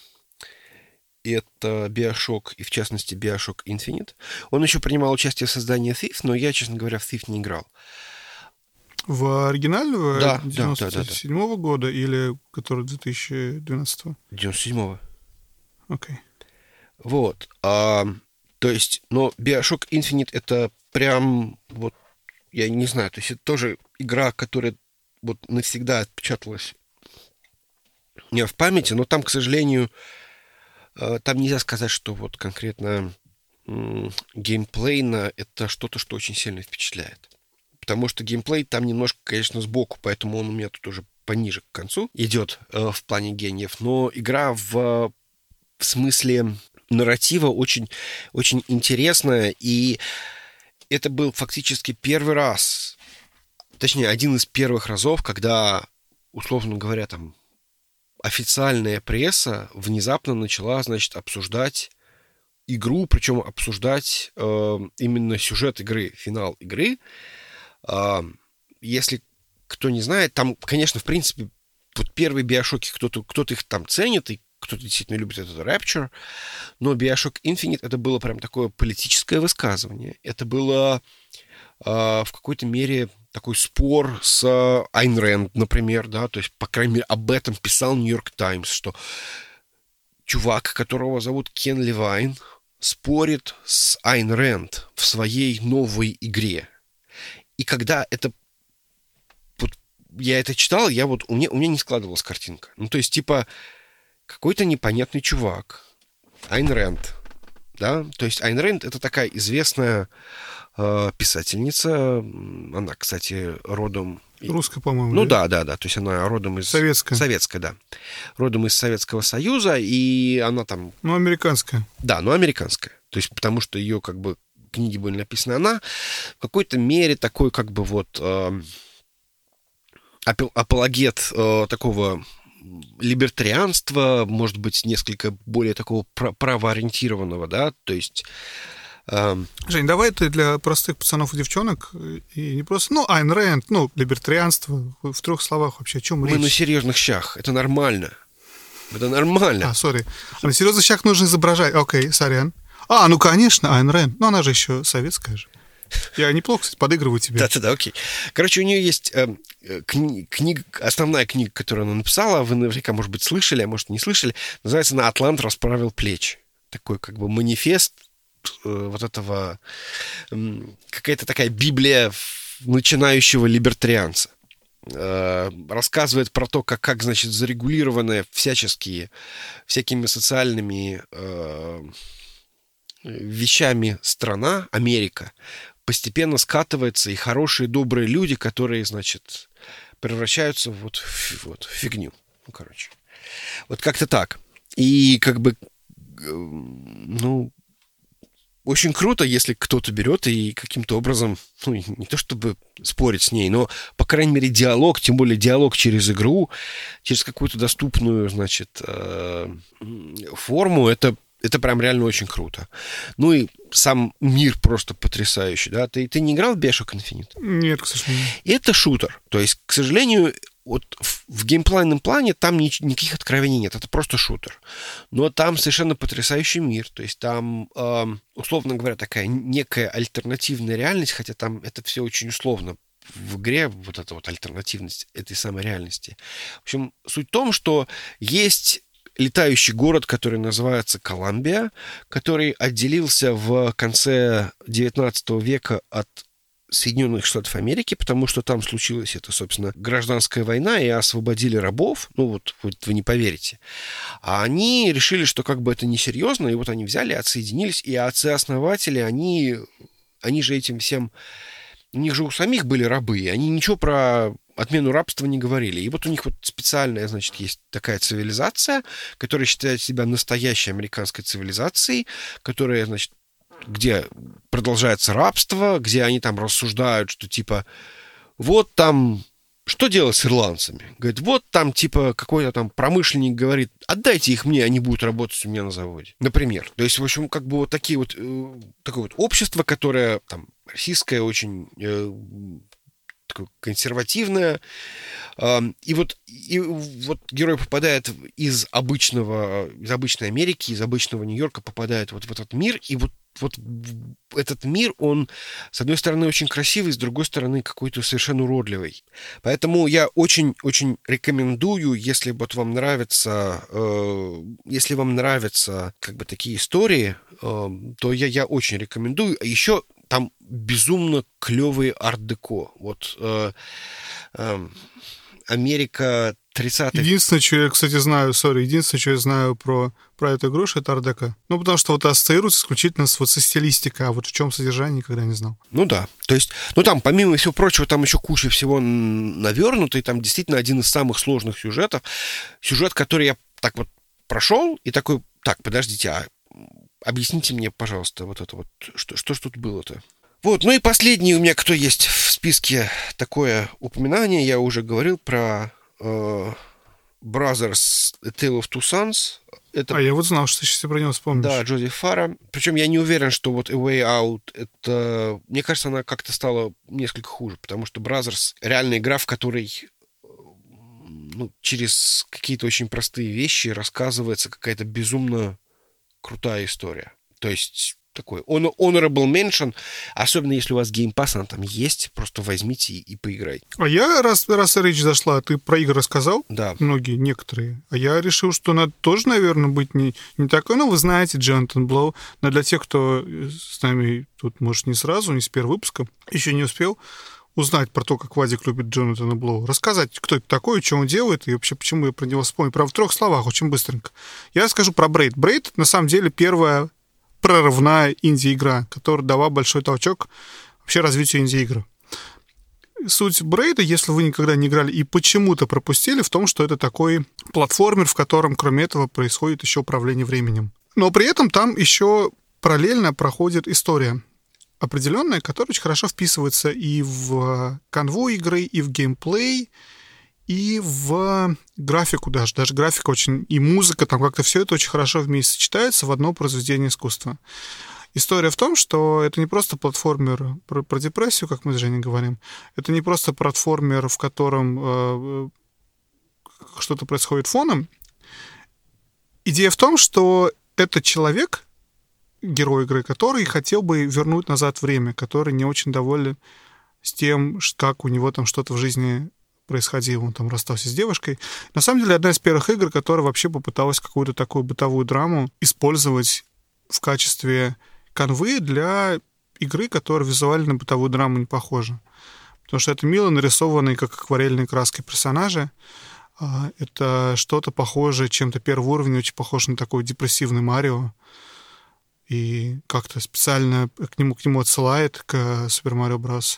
это BioShock, и в частности BioShock Infinite. Он еще принимал участие в создании Thief, но я, честно говоря, в Thief не играл. В оригинального? Да, 97-го года или который 2012-го? 97-го. Окей. Вот. То есть, но BioShock Infinite это прям вот, я не знаю, то есть это тоже игра, которая вот навсегда отпечаталась у меня в памяти, но там, к сожалению, там нельзя сказать, что вот конкретно геймплейно это что-то, что очень сильно впечатляет. Потому что геймплей там немножко, конечно, сбоку, поэтому он у меня тут уже пониже к концу идет в плане гениев. Но игра в смысле нарратива очень, очень интересная. И это был фактически первый раз, точнее, один из первых разов, когда, условно говоря, там официальная пресса внезапно начала, значит, обсуждать игру, причем обсуждать именно сюжет игры, финал игры. Если кто не знает, там, конечно, в принципе, вот первые биошоки, кто-то их там ценит, и кто-то действительно любит этот Rapture, но BioShock Infinite это было прям такое политическое высказывание. Это было в какой-то мере такой спор с Айн Рэнд, например, да, то есть, по крайней мере, об этом писал Нью-Йорк Таймс, что чувак, которого зовут Кен Левайн, спорит с Айн Рэнд в своей новой игре. И когда это вот, я это читал, у меня не складывалась картинка. Ну, то есть, типа, какой-то непонятный чувак, Айн Рэнд, да, то есть Айн Рэнд это такая известная писательница, она, кстати, родом... Русская, по-моему. Ну да, то есть она родом из... Советская, да. Родом из Советского Союза, и она там... Ну, американская. Да, американская. То есть потому что ее как бы книги были написаны, она в какой-то мере такой как бы вот апологет такого либертарианства, может быть, несколько более такого правоориентированного, да, то есть... Жень, давай ты для простых пацанов и девчонок, и не просто, Айн Рэнд, либертарианство, в 3 словах вообще, о чем речь? Мы на серьезных щах, это нормально. Это нормально. Сори. А на серьезных щах нужно изображать, окей, сорян. Ну, конечно, Айн Рэнд, она же еще советская же. Я неплохо, кстати, подыгрываю тебе. Да, окей. Короче, у нее есть книга, основная книга, которую она написала, вы наверняка, может быть, слышали, а может, не слышали, называется «На Атлант расправил плечи». Такой как бы манифест вот этого, какая-то такая библия начинающего либертарианца. Рассказывает про то, как значит, зарегулированная всякими социальными вещами страна, Америка, постепенно скатывается, и хорошие, добрые люди, которые, значит, превращаются в фигню. Ну, короче. Вот как-то так. И как бы, очень круто, если кто-то берет и каким-то образом, не то чтобы спорить с ней, но, по крайней мере, диалог, тем более диалог через игру, через какую-то доступную, значит, форму, это Это прям реально очень круто. Ну и сам мир просто потрясающий, да? Ты не играл в Bioshock Infinite? Нет, к сожалению. Это шутер. То есть, к сожалению, вот в геймплейном плане там никаких откровений нет. Это просто шутер. Но там совершенно потрясающий мир. То есть там, условно говоря, такая некая альтернативная реальность, хотя там это все очень условно. В игре вот эта вот альтернативность этой самой реальности. В общем, суть в том, что есть летающий город, который называется Колумбия, который отделился в конце 19 века от Соединенных Штатов Америки, потому что там случилась эта, собственно, гражданская война, и освободили рабов. Ну вот вы не поверите. А они решили, что как бы это несерьезно, и вот они взяли, отсоединились, и отцы-основатели, они же этим всем... У них же у самих были рабы, и они ничего про отмену рабства не говорили. И вот у них вот специальная, значит, есть такая цивилизация, которая считает себя настоящей американской цивилизацией, которая, значит, где продолжается рабство, где они там рассуждают, что типа вот там... Что делать с ирландцами? Говорит, вот там типа какой-то там промышленник говорит, отдайте их мне, они будут работать у меня на заводе. Например. То есть, в общем, как бы вот такие вот, такое вот общество, которое там российское, очень такое консервативное. И вот герой попадает из обычной Америки, из обычного Нью-Йорка попадает вот в этот мир, и вот этот мир, он, с одной стороны, очень красивый, с другой стороны, какой-то совершенно уродливый. Поэтому я очень-очень рекомендую, если вот вам нравятся как бы такие истории, то я очень рекомендую. А еще там безумно клевые арт-деко. Вот Америка 30-х. Единственное, что я, кстати, знаю, что я знаю про эту игру, что это ар-деко. Ну, потому что вот ассоциируется исключительно со стилистикой, а вот в чем содержание, никогда не знал. Ну да, то есть, ну там, помимо всего прочего, там еще куча всего навернута, и там действительно один из самых сложных сюжетов. Сюжет, который я так вот прошел, и такой, так, подождите, а объясните мне, пожалуйста, вот это вот, что ж тут было-то? Вот, ну и последний у меня, кто есть в списке, такое упоминание, я уже говорил про Brothers: A Tale of Two Sons. Это... А я вот знал, что ты сейчас про него вспомнишь. Да, Джозеф Фара. Причем я не уверен, что вот A Way Out, это... Мне кажется, она как-то стала несколько хуже, потому что Brothers реальная игра, в которой через какие-то очень простые вещи рассказывается какая-то безумно крутая история. То есть такой honorable mention, особенно если у вас Game Pass, она там есть, просто возьмите и поиграйте. А я, раз речь зашла, ты про игры рассказал? Да. Многие, некоторые. А я решил, что надо тоже, наверное, быть не такой. Ну, вы знаете, Jonathan Blow. Но для тех, кто с нами тут, может, не сразу, не с первого выпуска, еще не успел узнать про то, как Вадик любит Джонатана Блоу, рассказать, кто это такой, что он делает, и вообще, почему я про него вспомнил. Правда, в 3 словах, очень быстренько. Я расскажу про Braid. Braid, на самом деле, первая прорывная инди-игра, которая дала большой толчок вообще развитию инди-игр. Суть Брейда, если вы никогда не играли и почему-то пропустили, в том, что это такой платформер, в котором, кроме этого, происходит еще управление временем. Но при этом там еще параллельно проходит история определенная, которая очень хорошо вписывается и в канву игры, и в геймплей, и в графику даже. Даже графика очень... И музыка, там как-то все это очень хорошо вместе сочетается в одно произведение искусства. История в том, что это не просто платформер про депрессию, как мы с Женей говорим. Это не просто платформер, в котором что-то происходит фоном. Идея в том, что это человек, герой игры, который хотел бы вернуть назад время, который не очень доволен с тем, как у него там что-то в жизни происходило. Он там расстался с девушкой. На самом деле, одна из первых игр, которая вообще попыталась какую-то такую бытовую драму использовать в качестве канвы для игры, которая визуально на бытовую драму не похожа. Потому что это мило нарисованные, как акварельные краской персонажи. Это что-то похожее, чем-то первый уровень, очень похож на такой депрессивный Марио. И как-то специально к нему отсылает, к Super Mario Bros.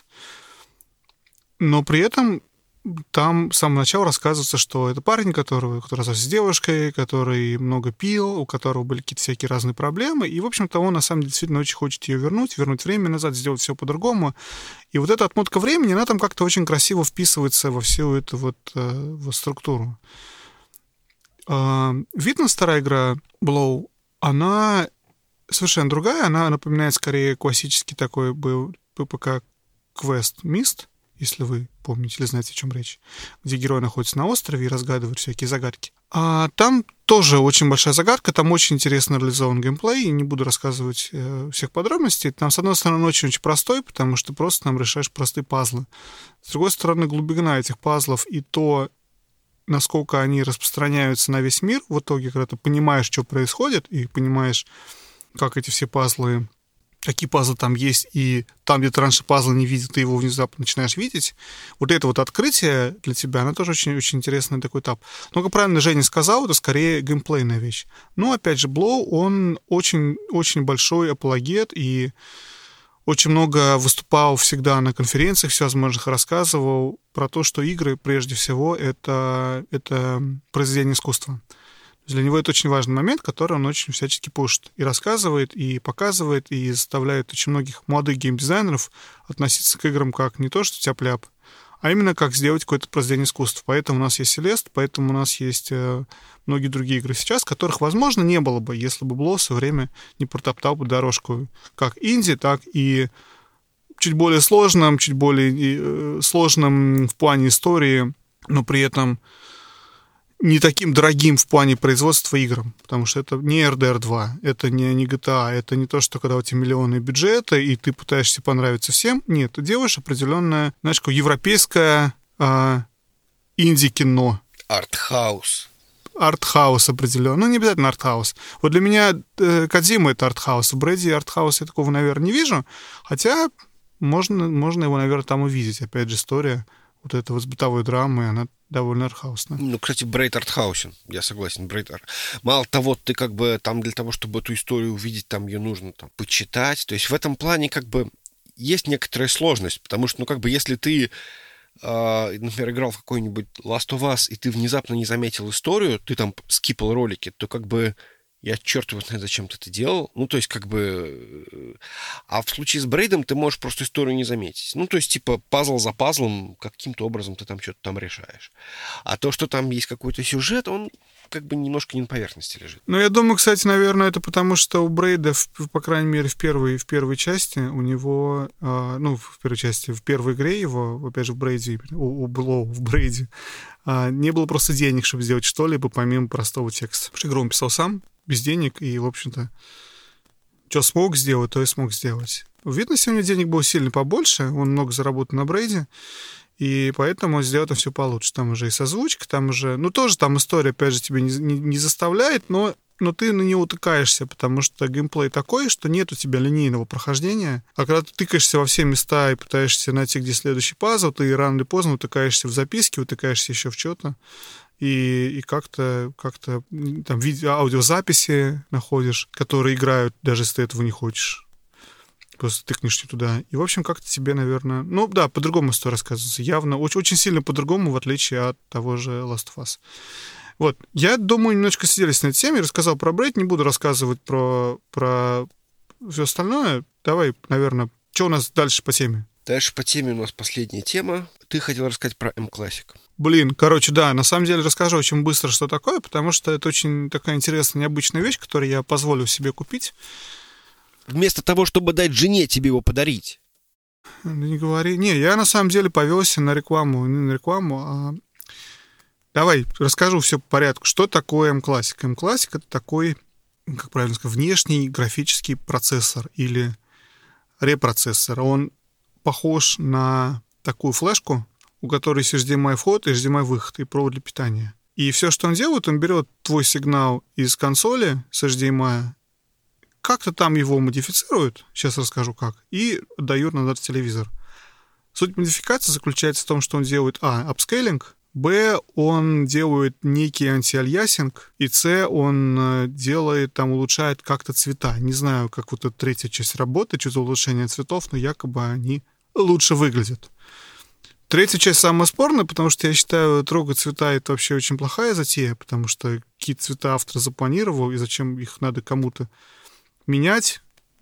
Но при этом там с самого начала рассказывается, что это парень, который расстался с девушкой, который много пил, у которого были какие-то всякие разные проблемы. И, в общем-то, он, на самом деле, действительно очень хочет ее вернуть время назад, сделать все по-другому. И вот эта отмотка времени, она там как-то очень красиво вписывается во всю эту вот структуру. Видно, старая игра Blow, Она совершенно другая, она напоминает скорее классический такой был ППК Quest Myst, если вы помните или знаете, о чем речь, где герой находится на острове и разгадывает всякие загадки. А там тоже очень большая загадка, там очень интересно реализован геймплей, и не буду рассказывать всех подробностей. Там, с одной стороны, очень-очень простой, потому что просто там решаешь простые пазлы. С другой стороны, глубина этих пазлов и то, насколько они распространяются на весь мир, в итоге, когда ты понимаешь, что происходит, и понимаешь, как эти все пазлы, какие пазлы там есть, и там, где ты раньше пазлы не видел, ты его внезапно начинаешь видеть. Вот это вот открытие для тебя, оно тоже очень-очень интересный такой этап. Но, как правильно Женя сказал, это скорее геймплейная вещь. Но, опять же, Blow, он очень большой апологет, и очень много выступал всегда на конференциях всевозможных, рассказывал про то, что игры, прежде всего, это произведение искусства. Для него это очень важный момент, который он очень всячески пушит. И рассказывает, и показывает, и заставляет очень многих молодых геймдизайнеров относиться к играм как не то, что тяп-ляп, а именно как сделать какое-то произведение искусства. Поэтому у нас есть Celeste, поэтому у нас есть многие другие игры сейчас, которых, возможно, не было бы, если бы Blow в свое время не протоптал бы дорожку как инди, так и чуть более сложным в плане истории, но при этом не таким дорогим в плане производства игр, потому что это не RDR 2, это не GTA, это не то, что когда у тебя миллионные бюджеты, и ты пытаешься понравиться всем. Нет, ты делаешь определенное, знаешь, какое европейское инди-кино. Артхаус. Артхаус определенно. Ну, не обязательно артхаус. Вот для меня Кодзима — это артхаус. В Брэди артхауса я такого, наверное, не вижу, хотя можно его, наверное, там увидеть. Опять же, история вот этой вот бытовой драмы, она довольно артхаусная. Ну, кстати, Брейд артхаусен, я согласен. Мало того, ты как бы там для того, чтобы эту историю увидеть, там ее нужно там почитать. То есть в этом плане как бы есть некоторая сложность, потому что, ну, как бы если ты, например, играл в какой-нибудь Last of Us, и ты внезапно не заметил историю, ты там скипал ролики, то как бы я черт его знает, зачем ты это делал. Ну, то есть, как бы... А в случае с Брейдом ты можешь просто историю не заметить. Ну, то есть, типа, пазл за пазлом, каким-то образом ты там что-то там решаешь. А то, что там есть какой-то сюжет, он как бы немножко не на поверхности лежит. Ну, я думаю, кстати, наверное, это потому, что у Брейда, по крайней мере, в первой части, у него... в первой игре его, опять же, в Брейде, у Blow в Брейде, не было просто денег, чтобы сделать что-либо помимо простого текста. Потому что игру он писал сам, без денег, и, в общем-то, что смог сделать, то и смог сделать. В Витнесе у него денег было сильно побольше, он много заработал на Брейде, и поэтому он сделал это все получше. Там уже и созвучка, там уже... Ну, тоже там история, опять же, тебя не заставляет, но ты на нее утыкаешься, потому что геймплей такой, что нет у тебя линейного прохождения. А когда ты тыкаешься во все места и пытаешься найти, где следующий пазл, ты рано или поздно утыкаешься в записки, утыкаешься еще в что-то. И как-то там аудиозаписи находишь, которые играют, даже если ты этого не хочешь. Просто тыкнешься туда. И, в общем, как-то тебе, наверное... Ну, да, по-другому история рассказывается. Явно, очень сильно по-другому, в отличие от того же Last of Us. Вот. Я думаю, немножко сиделись на этой теме, рассказал про Брейд, не буду рассказывать про все остальное. Давай, наверное, что у нас дальше по теме? Дальше по теме у нас последняя тема. Ты хотел рассказать про M-Classic. Короче, да, на самом деле расскажу очень быстро, что такое, потому что это очень такая интересная, необычная вещь, которую я позволю себе купить. Вместо того, чтобы дать жене тебе его подарить. Не говори. Не, я на самом деле повелся на рекламу, не на рекламу, а... Давай, расскажу все по порядку. Что такое M-Classic? M-Classic — это такой, как правильно сказать, внешний графический процессор или репроцессор. Он похож на такую флешку, у которой есть HDMI вход и HDMI выход, и провод для питания. И все, что он делает, он берет твой сигнал из консоли с HDMI, как-то там его модифицирует, сейчас расскажу как, и дает назад в телевизор. Суть модификации заключается в том, что он делает апскейлинг, б, он делает некий антиальясинг, и с, он делает, там, улучшает как-то цвета. Не знаю, как вот эта третья часть работает, что за улучшение цветов, но якобы они лучше выглядят. Третья часть самая спорная, потому что я считаю, трогать цвета — это вообще очень плохая затея, потому что какие-то цвета автор запланировал, и зачем их надо кому-то менять,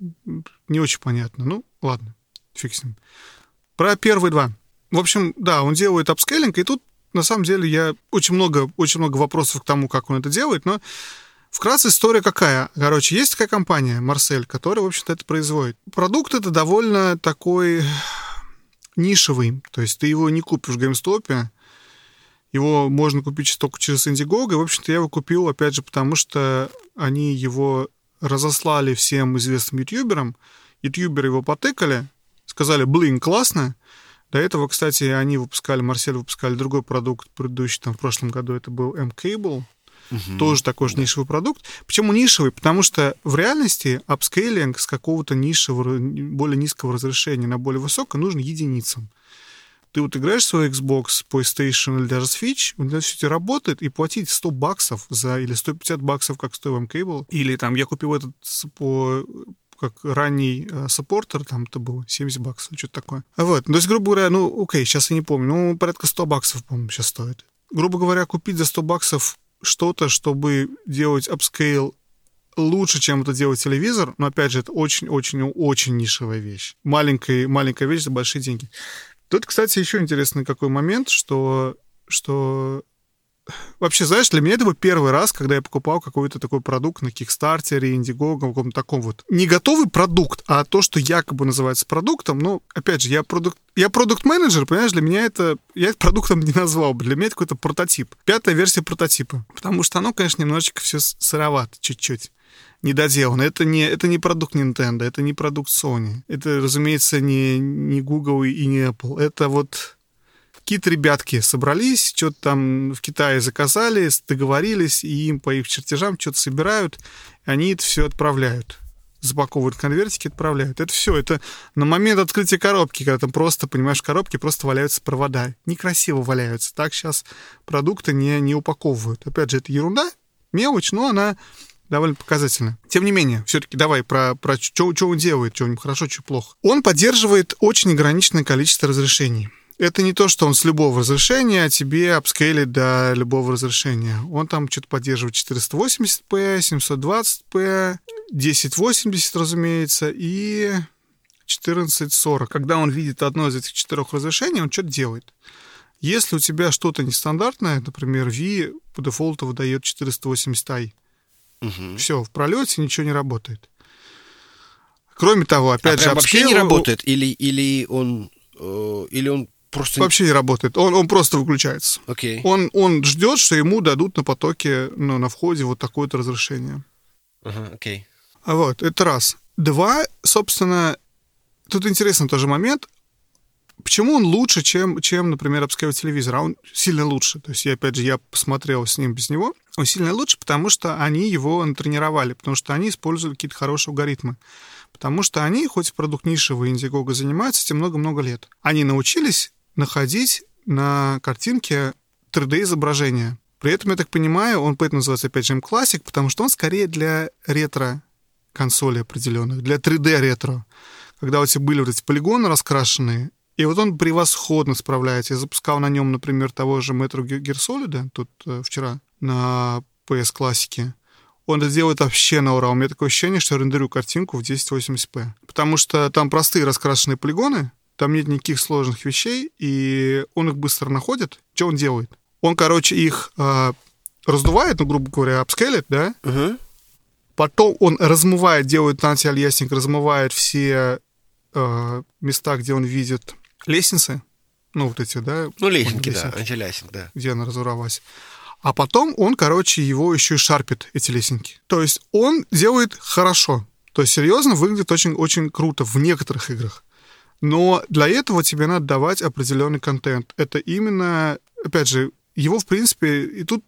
не очень понятно. Ну, ладно, фиг с ним. Про первые два. В общем, да, он делает апскейлинг, и тут, на самом деле, я очень много вопросов к тому, как он это делает, но Вкратце история какая? Короче, есть такая компания, Marcel, которая, в общем-то, это производит. Продукт это довольно такой нишевый. То есть ты его не купишь в GameStop, его можно купить только через Indiegogo. И, в общем-то, я его купил, опять же, потому что они его разослали всем известным ютуберам. Ютуберы его потыкали, сказали, блин, классно. До этого, кстати, они выпускали, Marcel выпускали другой продукт, предыдущий, там, в прошлом году это был M-Cable. Тоже такой же нишевый продукт. Почему нишевый? Потому что в реальности апскейлинг с какого-то нишевого, более низкого разрешения на более высокое нужен единицам. Ты вот играешь в свой Xbox, PlayStation или даже Switch, у тебя все это работает, и платить $100 за, или $150, как стоил M-Cable, или там я купил этот по как ранний саппортер, там это было $70, что-то такое. Вот, то есть, грубо говоря, окей, сейчас я не помню, порядка $100, по-моему, сейчас стоит. Грубо говоря, купить за $100 что-то, чтобы делать апскейл лучше, чем это делает телевизор, но, опять же, это очень-очень-очень нишевая вещь. Маленькая вещь за большие деньги. Тут, кстати, еще интересный какой момент, что вообще, знаешь, для меня это был первый раз, когда я покупал какой-то такой продукт на Кикстартере, Indiegogo, каком-то таком вот. Не готовый продукт, а то, что якобы называется продуктом. Но, опять же, я продукт-менеджер, понимаешь, для меня я это продуктом не назвал бы. Для меня это какой-то прототип. 5-я версия прототипа. Потому что оно, конечно, немножечко все сыровато, чуть-чуть. Недоделано. Это не продукт Nintendo, это не продукт Sony. Это, разумеется, не Google и не Apple. Это вот какие-то ребятки собрались, что-то там в Китае заказали, договорились, и им по их чертежам что-то собирают, и они это все отправляют. Запаковывают конвертики, отправляют. Это все. Это на момент открытия коробки, когда там просто, понимаешь, в коробке просто валяются провода. Некрасиво валяются. Так сейчас продукты не упаковывают. Опять же, это ерунда, мелочь, но она довольно показательно. Тем не менее, все-таки давай про что он делает, что у него хорошо, что плохо. Он поддерживает очень ограниченное количество разрешений. Это не то, что он с любого разрешения тебе апскейлит до любого разрешения. Он там что-то поддерживает 480p, 720p, 1080, разумеется, и 1440. Когда он видит одно из этих 4 разрешений, он что-то делает. Если у тебя что-то нестандартное, например, V по дефолту выдает 480i, все, в пролете ничего не работает. Кроме того, опять же, вообще не работает? Или он просто... Вообще не работает. Он просто выключается. Okay. Он ждет, что ему дадут на потоке, на входе вот такое-то разрешение. Окей. Вот, это раз. 2, собственно, тут интересный тоже момент. Почему он лучше, чем например, апскейл телевизора? Он сильно лучше. То есть, я посмотрел с ним без него. Он сильно лучше, потому что они его натренировали, потому что они использовали какие-то хорошие алгоритмы. Потому что они, хоть продукт нишевый, Indiegogo, занимаются этим много-много лет. Они научились находить на картинке 3D-изображения. При этом, я так понимаю, он поэтому называется, опять же, M-Classic, потому что он скорее для ретро-консолей определенных, для 3D-ретро. Когда у тебя были вот эти полигоны раскрашенные, и вот он превосходно справляется. Я запускал на нем, например, того же Metal Gear Solid тут вчера на PS Classic. Он это делает вообще на ура. У меня такое ощущение, что я рендерю картинку в 1080p. Потому что там простые раскрашенные полигоны, там нет никаких сложных вещей, и он их быстро находит. Что он делает? Он, их раздувает, грубо говоря, апскейлит, да? Потом он размывает, делает антиальясник, размывает все места, где он видит лестницы. Вот эти, да? Лестники, да, антиальясник, да. Где она разорвалась. А потом он, его еще и шарпит, эти лестники. То есть он делает хорошо. То есть серьезно выглядит очень-очень круто в некоторых играх. Но для этого тебе надо давать определенный контент. Это именно, опять же, его, в принципе, и тут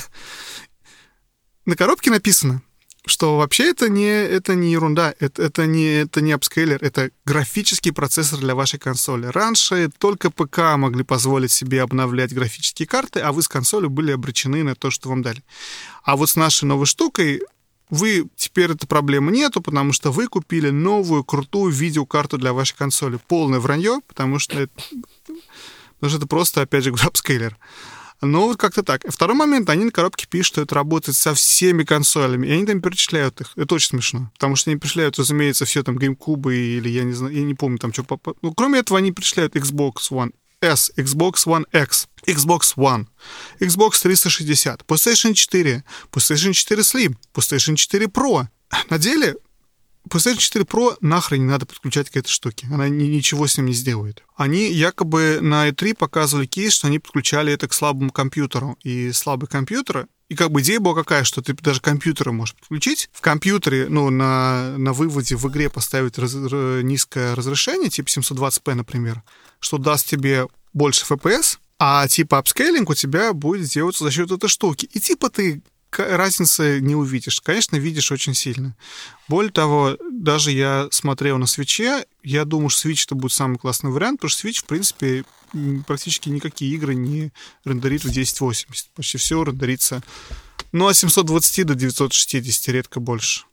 на коробке написано, что вообще это не ерунда, это не апскейлер, это графический процессор для вашей консоли. Раньше только ПК могли позволить себе обновлять графические карты, а вы с консолью были обречены на то, что вам дали. А вот с нашей новой штукой теперь этой проблемы нету, потому что вы купили новую крутую видеокарту для вашей консоли. Полное вранье, потому что это просто, опять же, апскейлер. Но вот как-то так. Второй момент, они на коробке пишут, что это работает со всеми консолями, и они там перечисляют их. Это очень смешно, потому что они перечисляют, разумеется, все там GameCube или, я не знаю, я не помню там, что... кроме этого, они перечисляют Xbox One S, Xbox One X, Xbox One, Xbox 360, PlayStation 4, PlayStation 4 Slim, PlayStation 4 Pro. На деле PlayStation 4 Pro нахрен не надо подключать к этой штуке. Она ничего с ним не сделает. Они якобы на E3 показывали кейс, что они подключали это к слабому компьютеру. И слабый компьютер... И как бы идея была какая, что ты даже компьютеры можешь подключить. В компьютере, на выводе в игре поставить низкое разрешение, типа 720p, например, что даст тебе больше FPS, а типа апскейлинг у тебя будет делаться за счет этой штуки. И типа ты разницы не увидишь. Конечно, видишь очень сильно. Более того, даже я смотрел на Switch'е, я думаю, что Switch это будет самый классный вариант, потому что Switch, в принципе, практически никакие игры не рендерит в 1080. Почти все рендерится, от 720 до 960, редко больше.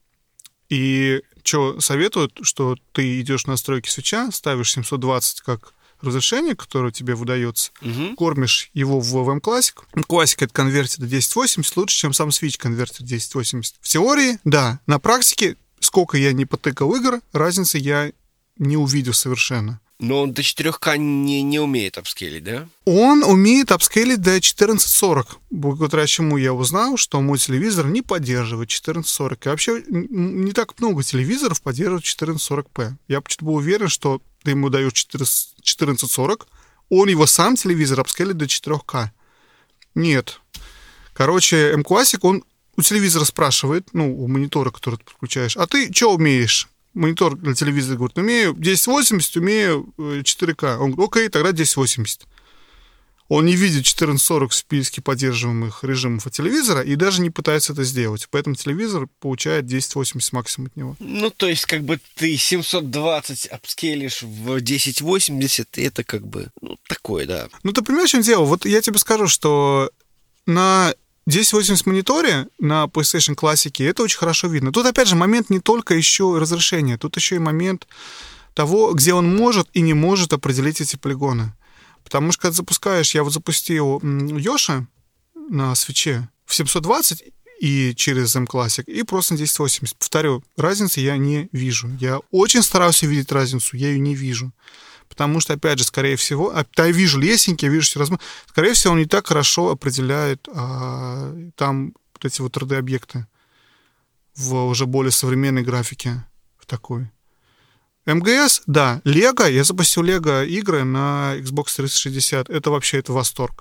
И что советуют, что ты идешь в настройки Switch'а, ставишь 720 как разрешение, которое тебе выдается, кормишь его в VM Classic. Classic это конвертит до 1080 лучше, чем сам Switch конвертит 1080. В теории, да. На практике, сколько я не потыкал игр, разницы я не увидел совершенно. Но он до 4К не умеет апскейлить, да? Он умеет апскейлить до 1440. Благодаря чему я узнал, что мой телевизор не поддерживает 1440. И вообще не так много телевизоров поддерживают 1440p. Я почему-то был уверен, что ты ему даешь 1440, он его сам телевизор апскейлит до 4К. Нет. Короче, M-Classic, он у телевизора спрашивает, у монитора, который ты подключаешь, а ты что умеешь? Монитор для телевизора говорит, умею 1080, умею 4К. Он говорит, окей, тогда 1080. Он не видит 1440 в списке поддерживаемых режимов от телевизора и даже не пытается это сделать. Поэтому телевизор получает 1080 максимум от него. То есть, как бы ты 720 апскейлишь в 1080, и это как бы, такое, да. Ты понимаешь, в чем дело? Вот я тебе скажу, что на 1080 мониторе на PlayStation Classic это очень хорошо видно. Тут, опять же, момент не только еще разрешения, тут еще и момент того, где он может и не может определить эти полигоны. Потому что, когда запускаешь, я вот запустил Йоши на Switch'е в 720 и через M-Classic, и просто на 1080. Повторю, разницы я не вижу. Я очень старался видеть разницу, я ее не вижу. Потому что, опять же, скорее всего, я вижу лесенки, я вижу все размеры, скорее всего, он не так хорошо определяет там вот эти вот 3D-объекты в уже более современной графике, в такой. МГС, да. Лего, я запустил Лего игры на Xbox 360. Это вообще, это восторг.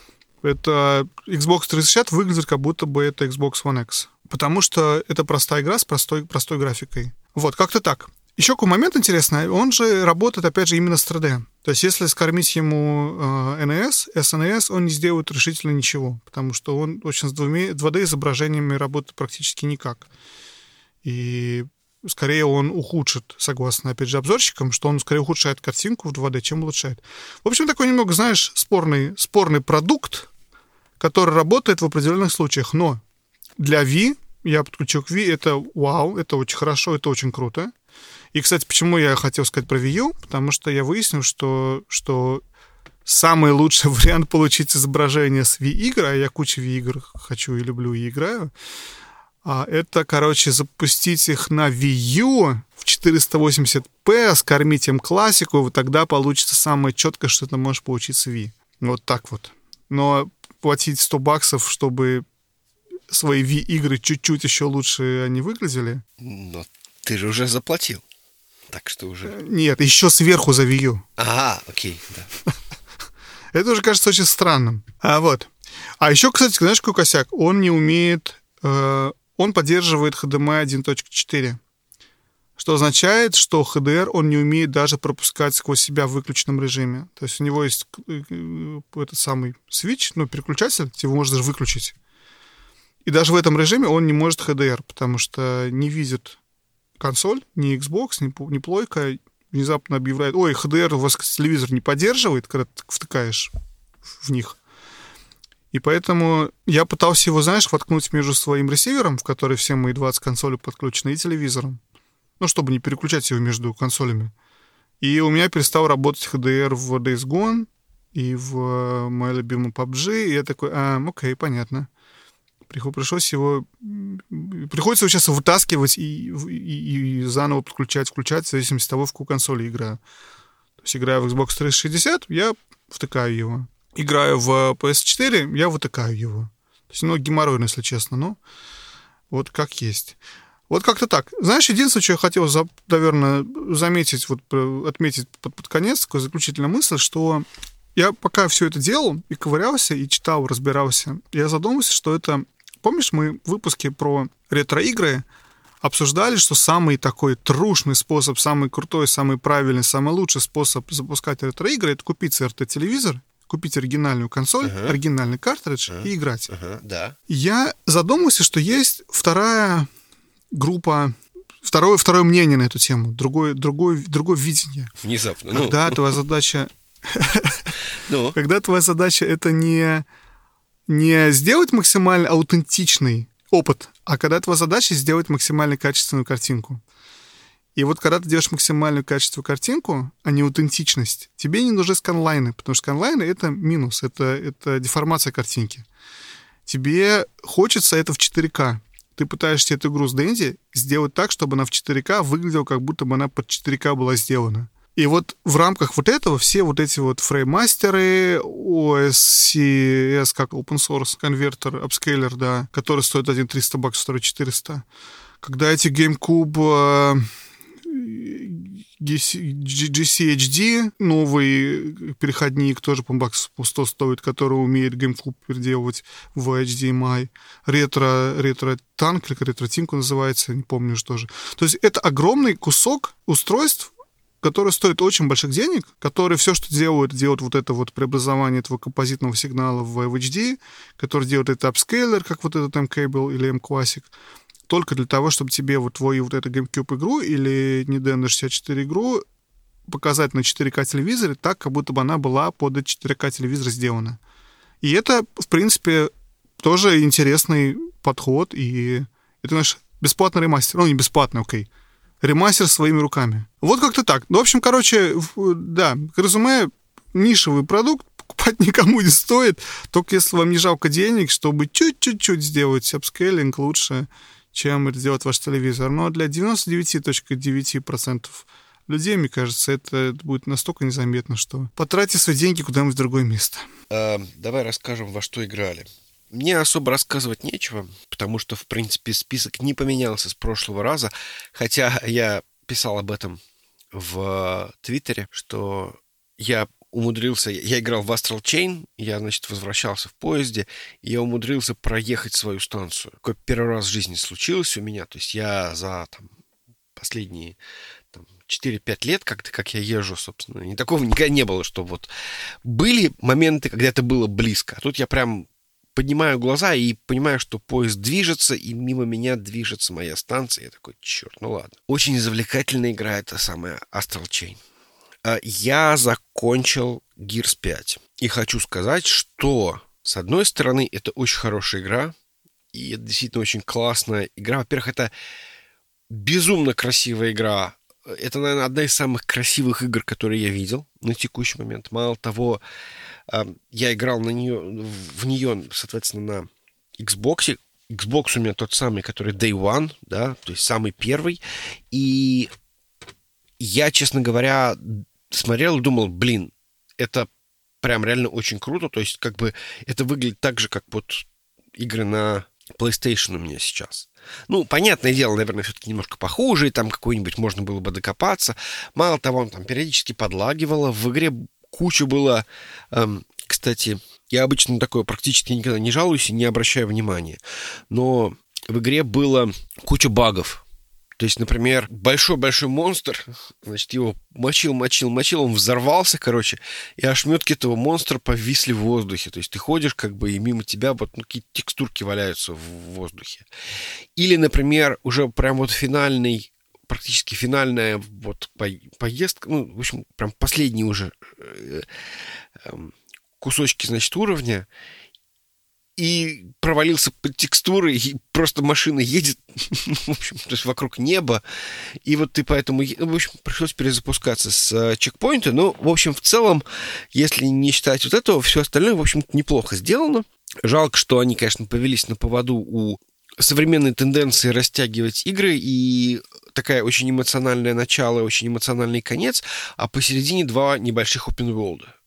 Это Xbox 360 выглядит, как будто бы это Xbox One X. Потому что это простая игра с простой графикой. Вот, как-то так. Еще какой момент интересный, он же работает, опять же, именно с 3D. То есть, если скормить ему NES, SNES, он не сделает решительно ничего, потому что он очень с 2D изображениями работает практически никак. И скорее он ухудшит, согласно, опять же, обзорщикам, что он скорее ухудшает картинку в 2D, чем улучшает. В общем, такой немного, знаешь, спорный продукт, который работает в определенных случаях. Но для Wii, я подключил к Wii, это вау, это очень хорошо, это очень круто. И, кстати, почему я хотел сказать про Wii U? Потому что я выяснил, что самый лучший вариант получить изображение с Wii-игр, а я кучу Wii-игр хочу и люблю и играю, это, запустить их на Wii U в 480p, скормить им классику, вот тогда получится самое четкое, что ты можешь получить с Wii. Вот так вот. Но платить $100, чтобы свои Wii-игры чуть-чуть еще лучше они выглядели... Но ты же уже заплатил. Так что уже... Нет, еще сверху за Wii U. Ага, окей, да. Это уже кажется очень странным. А еще, кстати, знаешь, какой косяк? Он не умеет... Он поддерживает HDMI 1.4, что означает, что HDR он не умеет даже пропускать сквозь себя в выключенном режиме. То есть у него есть этот самый свитч, переключатель, его можно даже выключить. И даже в этом режиме он не может HDR, потому что не видит консоль, ни Xbox, ни плойка, внезапно объявляет, ой, HDR у вас телевизор не поддерживает, когда ты втыкаешь в них. И поэтому я пытался его, воткнуть между своим ресивером, в который все мои 20 консолей подключены, и телевизором. Чтобы не переключать его между консолями. И у меня перестал работать HDR в Days Gone и в моей любимой PUBG. И я такой, окей, понятно. Приходится его сейчас вытаскивать и заново подключать, включать, в зависимости от того, в какую консоль я играю. То есть, играя в Xbox 360, я втыкаю его. Играю в PS4, я вытыкаю его. То есть немного геморройно, если честно, но вот как есть. Вот как-то так. Знаешь, единственное, что я хотел, наверное, заметить, вот отметить под конец, такая заключительная мысль, что я пока все это делал и ковырялся, и читал, разбирался, я задумался, что это... Помнишь, мы в выпуске про ретро-игры обсуждали, что самый такой трушный способ, самый крутой, самый правильный, самый лучший способ запускать ретро-игры — это купить CRT-телевизор, купить оригинальную консоль, оригинальный картридж и играть. Да. Я задумался, что есть вторая группа, второе мнение на эту тему, другое видение. Внезапно. Когда твоя задача... Когда твоя задача — это не сделать максимально аутентичный опыт, а когда твоя задача — сделать максимально качественную картинку. И вот когда ты делаешь максимальную качественную картинку, а не аутентичность, тебе не нужны сканлайны, потому что сканлайны — это минус, это деформация картинки. Тебе хочется это в 4К. Ты пытаешься эту игру с Dendy сделать так, чтобы она в 4К выглядела, как будто бы она под 4К была сделана. И вот в рамках вот этого все вот эти вот фрейммастеры, OSCS, как open source конвертер, апскейлер, да, который стоит один $300, второй $400. Когда эти GameCube GCHD, новый переходник, тоже по баксов по 100 стоит, который умеет GameCube переделывать в HDMI. Ретро-танк, или ретро-тимку называется, не помню уже тоже. То есть это огромный кусок устройств, которые стоят очень больших денег, которые все, что делают вот это вот преобразование этого композитного сигнала в HD, который делает это апскейлер, как вот этот M-Cable или M-Classic, только для того, чтобы тебе вот твою вот эту GameCube игру или Nintendo 64 игру показать на 4К телевизоре так, как будто бы она была под 4К телевизор сделана. И это, в принципе, тоже интересный подход, и это наш бесплатный ремастер. Ну, не бесплатный, окей. Ремастер своими руками. Вот как-то так. Ну, в общем, короче, да, резюме, нишевый продукт, покупать никому не стоит, только если вам не жалко денег, чтобы чуть-чуть сделать апскейлинг лучше, чем это делает ваш телевизор. Но для 99.9% людей, мне кажется, это будет настолько незаметно, что потратьте свои деньги куда-нибудь в другое место. Давай расскажем, во что играли. Мне особо рассказывать нечего, потому что, в принципе, список не поменялся с прошлого раза, хотя я писал об этом в Твиттере, что я играл в Astral Chain, я, значит, возвращался в поезде, и я умудрился проехать свою станцию. Такой первый раз в жизни случилось у меня, то есть я за последние 4-5 лет, как я езжу, собственно, и такого никогда не было, что вот были моменты, когда это было близко, а тут я прям поднимаю глаза и понимаю, что поезд движется, и мимо меня движется моя станция. Я такой, черт, ну ладно. Очень завлекательная игра эта самая Astral Chain. Я закончил Gears 5. И хочу сказать, что, с одной стороны, это очень хорошая игра, и это действительно очень классная игра. Во-первых, это безумно красивая игра. Это, наверное, одна из самых красивых игр, которые я видел на текущий момент. Мало того, я играл в нее, соответственно, на Xbox. Xbox у меня тот самый, который Day One, да, то есть самый первый. И я, честно говоря, смотрел и думал, блин, это прям реально очень круто. То есть как бы это выглядит так же, как вот игры на PlayStation у меня сейчас. Ну, понятное дело, наверное, все-таки немножко похуже, и там какой-нибудь можно было бы докопаться. Мало того, он там периодически подлагивало. В игре куча было... Кстати, я обычно на такое практически никогда не жалуюсь и не обращаю внимания. Но в игре было куча багов. То есть, например, большой-большой монстр, значит, его мочил, он взорвался, короче, и ошметки этого монстра повисли в воздухе. То есть ты ходишь, как бы, и мимо тебя вот какие-то текстурки валяются в воздухе. Или, например, уже прям вот практически финальная вот поездка, ну, в общем, прям последние уже кусочки, значит, уровня, и провалился под текстурой, и просто машина едет, в общем, то есть вокруг неба, и вот ты поэтому, в общем, пришлось перезапускаться с чекпоинта, но, в общем, в целом, если не считать вот этого, все остальное, в общем-то, неплохо сделано. Жалко, что они, конечно, повелись на поводу у современной тенденции растягивать игры, и такая очень эмоциональное начало, очень эмоциональный конец, а посередине два небольших open world.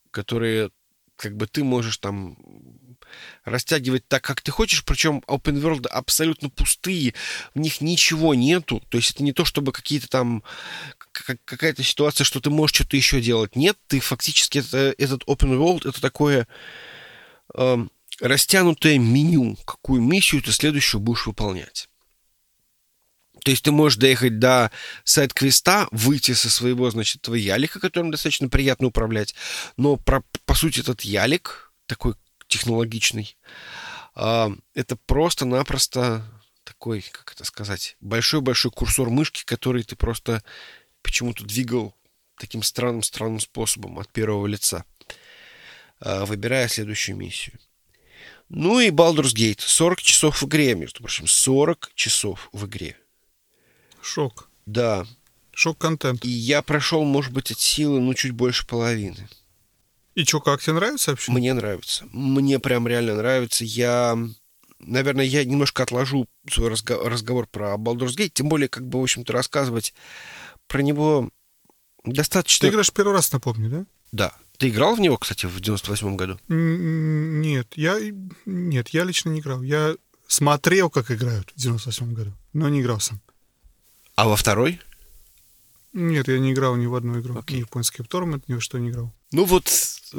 которые как бы ты можешь там растягивать так, как ты хочешь, причем open world абсолютно пустые, в них ничего нету, то есть это не то, чтобы какие-то там какая-то ситуация, что ты можешь что-то еще делать. Нет, ты фактически этот open world это такое растянутое меню, какую миссию ты следующую будешь выполнять. То есть ты можешь доехать до сайд-квеста, выйти со своего, значит, этого ялика, которым достаточно приятно управлять, но по сути этот ялик такой технологичный, это просто-напросто такой, как это сказать, большой-большой курсор мышки, который ты просто почему-то двигал таким странным способом от первого лица, выбирая следующую миссию. Ну и Baldur's Gate. 40 часов в игре, между прочим. 40 часов в игре. Шок. Да. Шок-контент. И я прошел, может быть, от силы, чуть больше половины. И что, как тебе нравится вообще? Мне нравится. Мне прям реально нравится. Наверное, я немножко отложу свой разговор про Baldur's Gate, тем более, как бы, в общем-то, рассказывать про него достаточно... Ты играешь первый раз, напомню, да? Да. Ты играл в него, кстати, в 98-м году? Нет, я лично не играл. Я смотрел, как играют в 98-м году, но не играл сам. А во второй? Нет, я не играл ни в одну игру. Ни в Planescape Torment, ни во что не играл. Ну вот,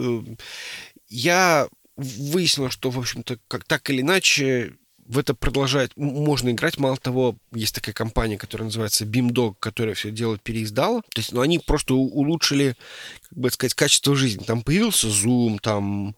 я выяснил, что, в общем-то, так или иначе, в это можно играть. Мало того, есть такая компания, которая называется Beamdog, которая все дело переиздала. То есть, они просто улучшили, как бы сказать, качество жизни. Там появился Zoom, там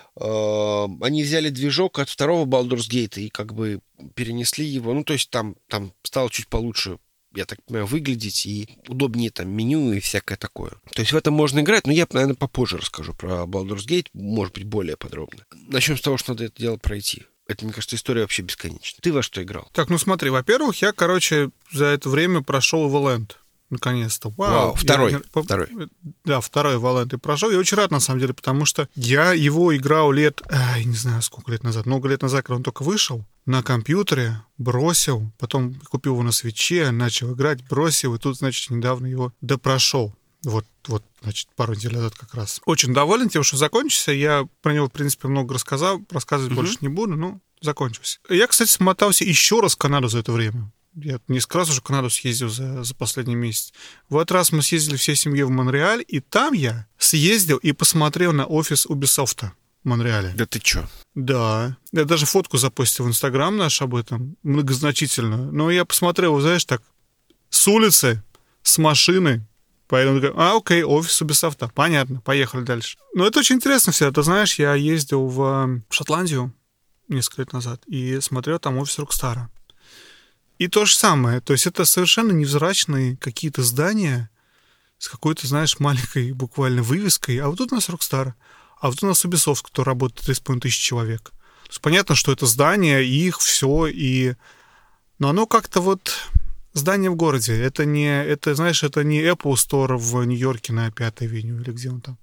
они взяли движок от второго Baldur's Gate и как бы перенесли его. Ну, то есть, там стало чуть получше, я так понимаю, выглядеть, и удобнее там меню и всякое такое. То есть в этом можно играть, но я, наверное, попозже расскажу про Baldur's Gate, может быть, более подробно. Начнем с того, что надо это дело пройти. Это, мне кажется, история вообще бесконечна. Ты во что играл? Так, смотри, во-первых, я, за это время прошел Valent. Наконец-то. Вау, второй. Да, второй Valent и прошел. Я очень рад, на самом деле, потому что я его играл не знаю, сколько лет назад, много лет назад, когда он только вышел, на компьютере, бросил, потом купил его на свитче, начал играть, бросил, и тут, значит, недавно его допрошел. Вот, значит, пару недель назад как раз. Очень доволен тем, что закончился. Я про него, в принципе, много рассказал. Рассказывать больше не буду, но закончился. Я, кстати, смотался еще раз в Канаду за это время. Я несколько раз уже в Канаду съездил за последний месяц. В этот раз мы съездили всей семьей в Монреаль, и там я съездил и посмотрел на офис Ubisoft в Монреале. Да ты чё? Да. Я даже фотку запостил в Инстаграм наш об этом, многозначительно. Но я посмотрел, знаешь, так, с улицы, с машины. Поэтому такой, окей, офис Ubisoft. Понятно, поехали дальше. Но это очень интересно все. Ты знаешь, я ездил в Шотландию несколько лет назад и смотрел там офис Рокстара. И то же самое. То есть это совершенно невзрачные какие-то здания с какой-то, знаешь, маленькой буквально вывеской. А вот тут у нас Rockstar. А вот у нас Ubisoft, кто работает 3500 человек. То есть понятно, что это здание, их, все. Но оно как-то вот... Здание в городе. Это не Apple Store в Нью-Йорке на 5-й авеню или где он там.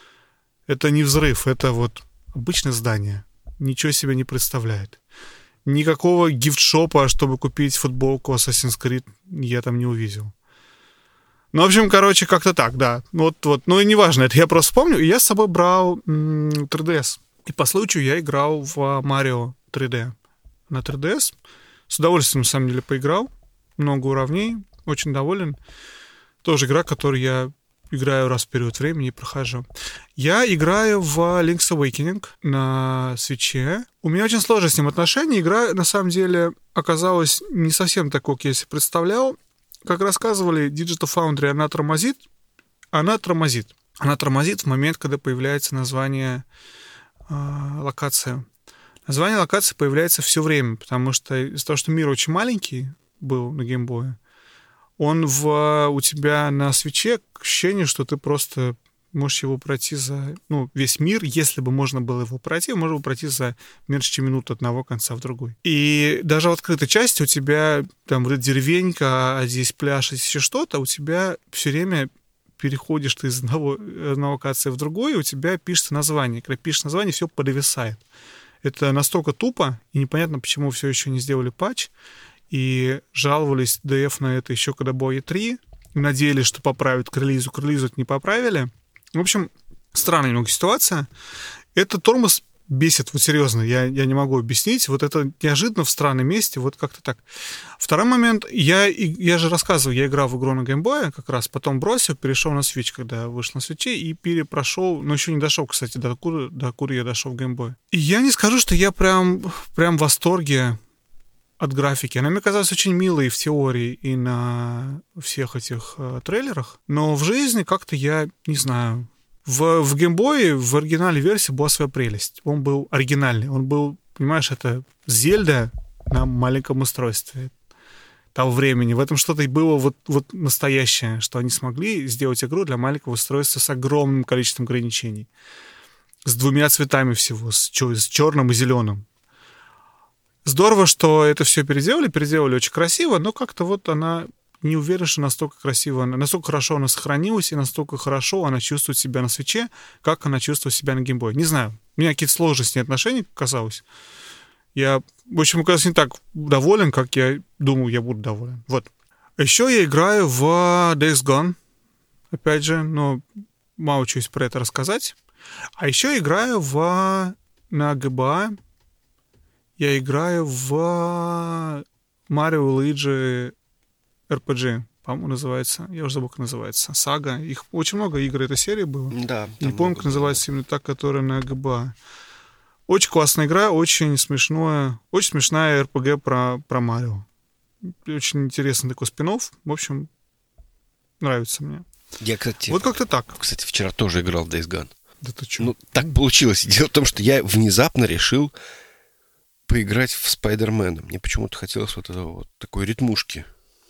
Это не взрыв. Это вот обычное здание. Ничего себе не представляет. Никакого гифт-шопа, чтобы купить футболку Assassin's Creed, я там не увидел. Ну, в общем, как-то так, да. Вот. Ну, и неважно, это я просто вспомню. И я с собой брал 3DS. И по случаю я играл в Mario 3D. На 3DS. С удовольствием, на самом деле, поиграл. Много уровней. Очень доволен. Тоже игра, которую я играю раз в период времени и прохожу. Я играю в Link's Awakening на свитче. У меня очень сложные с ним отношения. Игра, на самом деле, оказалась не совсем такой, как я себе представлял. Как рассказывали Digital Foundry, она тормозит. Она тормозит в момент, когда появляется название локации. Название локации появляется все время, потому что из-за того, что мир очень маленький был на геймбое, он у тебя на свитче ощущение, что ты просто можешь его пройти за... весь мир, если бы можно было его пройти, можно было пройти за меньше, чем минуту от одного конца в другой. И даже в открытой части у тебя там вроде деревенька, а здесь пляж, а здесь еще что-то, у тебя все время переходишь ты из одного локации в другой, и у тебя пишется название. Когда пишешь название, все подвисает. Это настолько тупо, и непонятно, почему все еще не сделали патч. И жаловались DF на это еще когда было E3. Надеялись, что поправят к релизу. К релизу это не поправили. В общем, странная немного ситуация. Это тормоз бесит, вот серьезно, я не могу объяснить. Вот это неожиданно в странном месте, вот как-то так. Второй момент, я же рассказывал, я играл в игру на Game Boy, как раз потом бросил, перешел на Switch, когда вышел на Switch, и перепрошел, но еще не дошел, кстати, до куда я дошел в Game Boy. И я не скажу, что я прям в восторге от графики. Она мне казалась очень милой в теории и на всех этих трейлерах, но в жизни как-то я не знаю. В Game Boy в оригинальной версии была своя прелесть. Он был оригинальный. Он был, понимаешь, это Зельда на маленьком устройстве того времени. В этом что-то и было вот настоящее, что они смогли сделать игру для маленького устройства с огромным количеством ограничений. С 2 цветами всего, с черным и зеленым. Здорово, что это все переделали очень красиво, но как-то вот она... Не уверен, что настолько красиво, настолько хорошо она сохранилась, и настолько хорошо она чувствует себя на свитче, как она чувствует себя на геймбое. Не знаю, у меня какие-то сложности отношений казалось. Я, в общем, оказался не так доволен, как я думал, я буду доволен. Вот. Еще я играю в Days Gone, опять же, но мало чего есть про это рассказать. А еще я играю на GBA, я играю в Mario и Luigi RPG, по-моему, называется. Я уже забыл, как называется. Сага. Их очень много игр этой серии было. Да. Не помню, как называется именно та, которая на GBA. Очень классная игра, очень смешная RPG про Марио. Очень интересный такой спин-офф. В общем, нравится мне. Я, кстати... Вот как-то так. Кстати, вчера тоже играл в Days Gone. Да ты чё? Ну, так получилось. Дело в том, что я внезапно решил поиграть в Спайдермена. Мне почему-то хотелось вот этого вот такой ритмушки.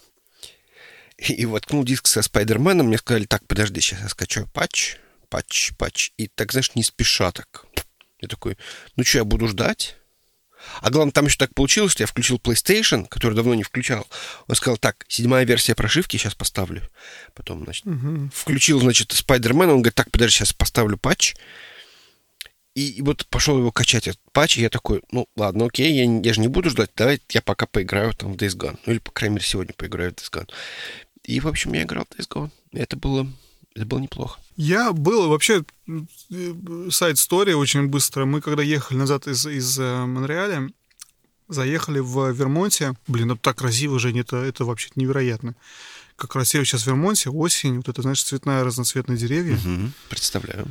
И воткнул диск со Спайдерменом, мне сказали, так, подожди, сейчас я скачаю патч. И так, знаешь, не спеша так. Я такой, ну что, я буду ждать? А главное, там еще так получилось, что я включил PlayStation, который давно не включал. Он сказал, так, 7-я версия прошивки, сейчас поставлю. Потом, значит, включил, значит, Спайдермена, он говорит, так, подожди, сейчас поставлю патч. И вот пошел его качать, этот патч, и я такой, ну, ладно, окей, я же не буду ждать, давай я пока поиграю там в Days Gone. Ну, или, по крайней мере, сегодня поиграю в Days Gone. И, в общем, я играл в Days Gone. Это было неплохо. Вообще, сайд-стори очень быстро. Мы, когда ехали назад из Монреаля, заехали в Вермонте. Блин, это так красиво, Жень, это вообще невероятно. Как красиво сейчас в Вермонте, осень, вот это, знаешь, цветная, разноцветные деревья. Угу, представляю.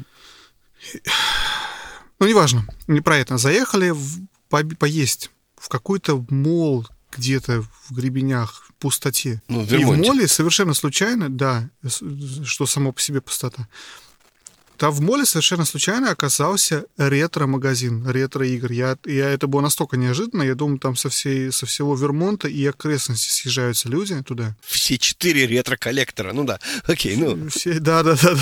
Ну, неважно, не про это. Заехали поесть в какой-то молл где-то в Гребенях, в пустоте. Ну, в и в Вермонте. молле совершенно случайно, да, что само по себе пустота. Там в молле совершенно случайно оказался ретро-магазин, ретро-игр. Это было настолько неожиданно. Я думаю, там со всего Вермонта и окрестности съезжаются люди туда. Все 4 ретро-коллектора. Ну да, окей, ну. Да.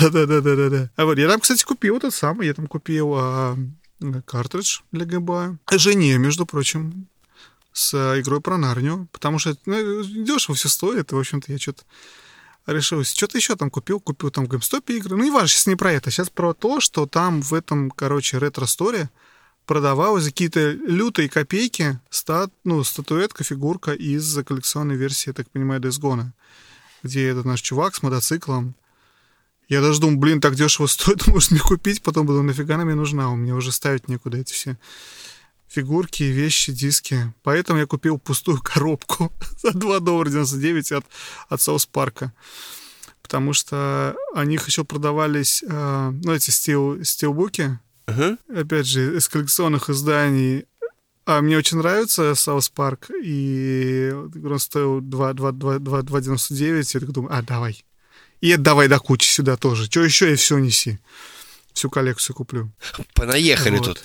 А вот я там, кстати, купил этот самый. Я там купил картридж для ГБА. Жене, между прочим, с игрой про Нарнию. Потому что дешево все стоит. И, в общем-то, я что-то решил. Что-то еще там купил там в GameStop игры. Ну, не важно, сейчас не про это. Сейчас про то, что там в этом, ретро-сторе продавалась за какие-то лютые копейки статуэтка, фигурка из коллекционной версии, я так понимаю, Days Gone, где этот наш чувак с мотоциклом. Я даже думал, блин, так дешево стоит, может мне купить, потом буду, нафига она мне нужна, у меня уже ставить некуда эти все фигурки, вещи, диски. Поэтому я купил пустую коробку за $2.99 от South Park. Потому что о них еще продавались, эти стилбуки. Опять же, из коллекционных изданий. А мне очень нравится South Park. И он стоил $2.99. Я так думаю, давай. И давай до кучи сюда тоже. Что еще и все неси. Всю коллекцию куплю. Понаехали тут.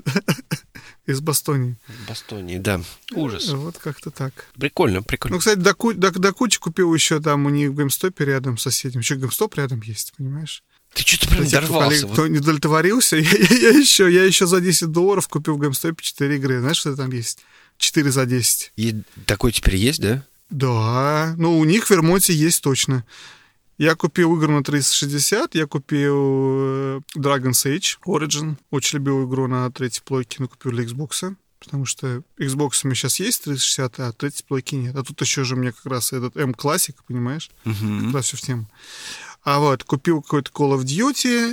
Из Бастонии. Бастонии, да. Ужас. Вот как-то так. Прикольно. Ну, кстати, до кучи купил еще там у них в GameStop рядом с соседям. Еще GameStop рядом есть, понимаешь? Ты что-то прям дорвался. Кто не удовлетворился, я еще за $10 купил в GameStop 4 игры. Знаешь, что там есть? 4 за 10. И такой теперь есть, да? Да. Ну, у них в Вермонте есть точно. Я купил игру на 360, я купил Dragon's Age Origin. Очень любил игру на третьей плойке, но купил для Xbox. Потому что Xbox у меня сейчас есть 360, а третьей плойки нет. А тут еще же у меня как раз этот M-Classic, понимаешь? Как раз все в тему. А вот, купил какой-то Call of Duty,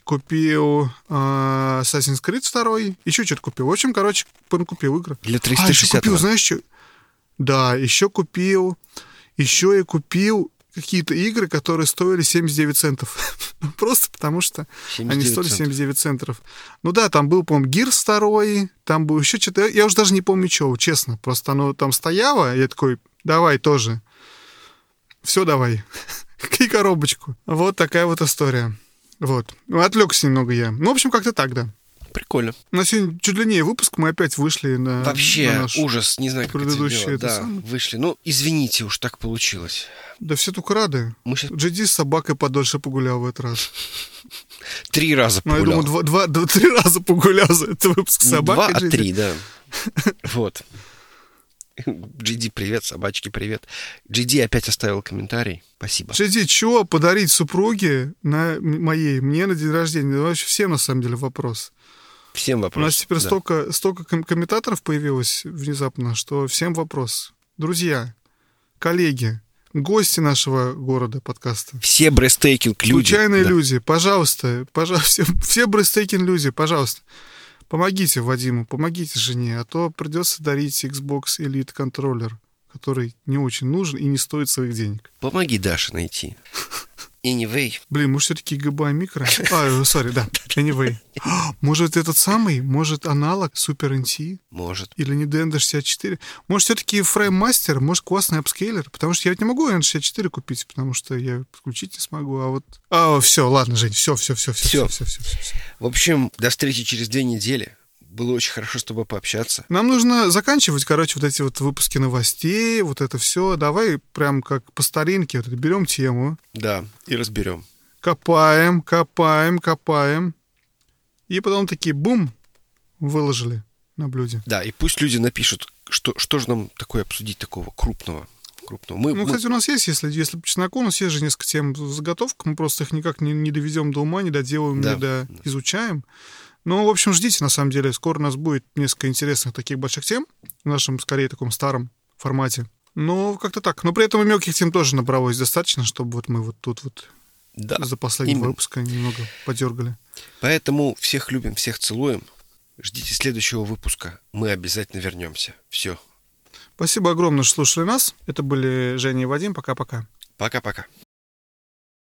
купил Assassin's Creed 2, еще что-то купил. В общем, короче, купил игры. Для 360. Еще купил, знаешь, что? Да, еще я купил какие-то игры, которые стоили 79 центов. Просто потому что они стоили 79 центов. Ну да, там был, по-моему, Gears 2, там был еще что-то. Я уже даже не помню, чего, честно. Просто оно там стояло, и я такой, давай тоже. Все, давай. И коробочку. Вот такая вот история. Вот. Отвлекся немного я. Ну, в общем, как-то так, да. Прикольно. У нас сегодня чуть длиннее выпуск, мы опять вышли на... Вообще на наш ужас, не знаю, как предыдущий это дело. Да, самый. вышли. Ну, извините, уж так получилось. Да все только рады. Мы сейчас GD с собакой подольше погулял в этот раз. 3 раза Ну, я погулял. думаю, 3 раза погулял за этот выпуск с Не собакой. 2, а GD. 3, да. Вот. GD, привет, собачки, привет. GD опять оставил комментарий. Спасибо. GD, чего подарить супруге моей мне на день рождения? Это вообще всем, на самом деле, вопрос. Всем вопрос. У нас теперь да. столько комментаторов появилось внезапно, что всем вопрос. Друзья, коллеги, гости нашего города подкаста. Все брестейкинг-люди. Случайные да. люди, пожалуйста, все брестейкинг-люди, пожалуйста. Помогите Вадиму, помогите жене, а то придется дарить Xbox Elite контроллер, который не очень нужен и не стоит своих денег. Помоги Даше найти. Anyway. Блин, может, все-таки GBA микро? Сори, да. Anyway. Может, этот самый? Может, аналог Super NT? Может. Или Nintendo 64? Может, все-таки Frame Master? Может, классный апскейлер? Потому что я ведь не могу N64 купить, потому что я включить не смогу, а вот... все, ладно, Жень, все. В общем, до встречи через 2 недели. Было очень хорошо с тобой пообщаться. Нам нужно заканчивать, короче, вот эти вот выпуски новостей, вот это все. Давай прям как по старинке вот это, берем тему. Да, и разберем. Копаем. И потом такие, бум, выложили на блюде. Да, и пусть люди напишут, что же нам такое обсудить такого крупного. Кстати, у нас есть, если по чесноку, у нас есть же несколько тем заготовок, мы просто их никак не доведем до ума, не доделаем, да. изучаем. Ну, в общем, ждите, на самом деле. Скоро у нас будет несколько интересных таких больших тем в нашем, скорее, таком старом формате. Ну, как-то так. Но при этом и мелких тем тоже набралось достаточно, чтобы вот мы вот тут вот за последнего выпуска немного подергали. Поэтому всех любим, всех целуем. Ждите следующего выпуска. Мы обязательно вернемся. Все. Спасибо огромное, что слушали нас. Это были Женя и Вадим. Пока-пока. Пока-пока.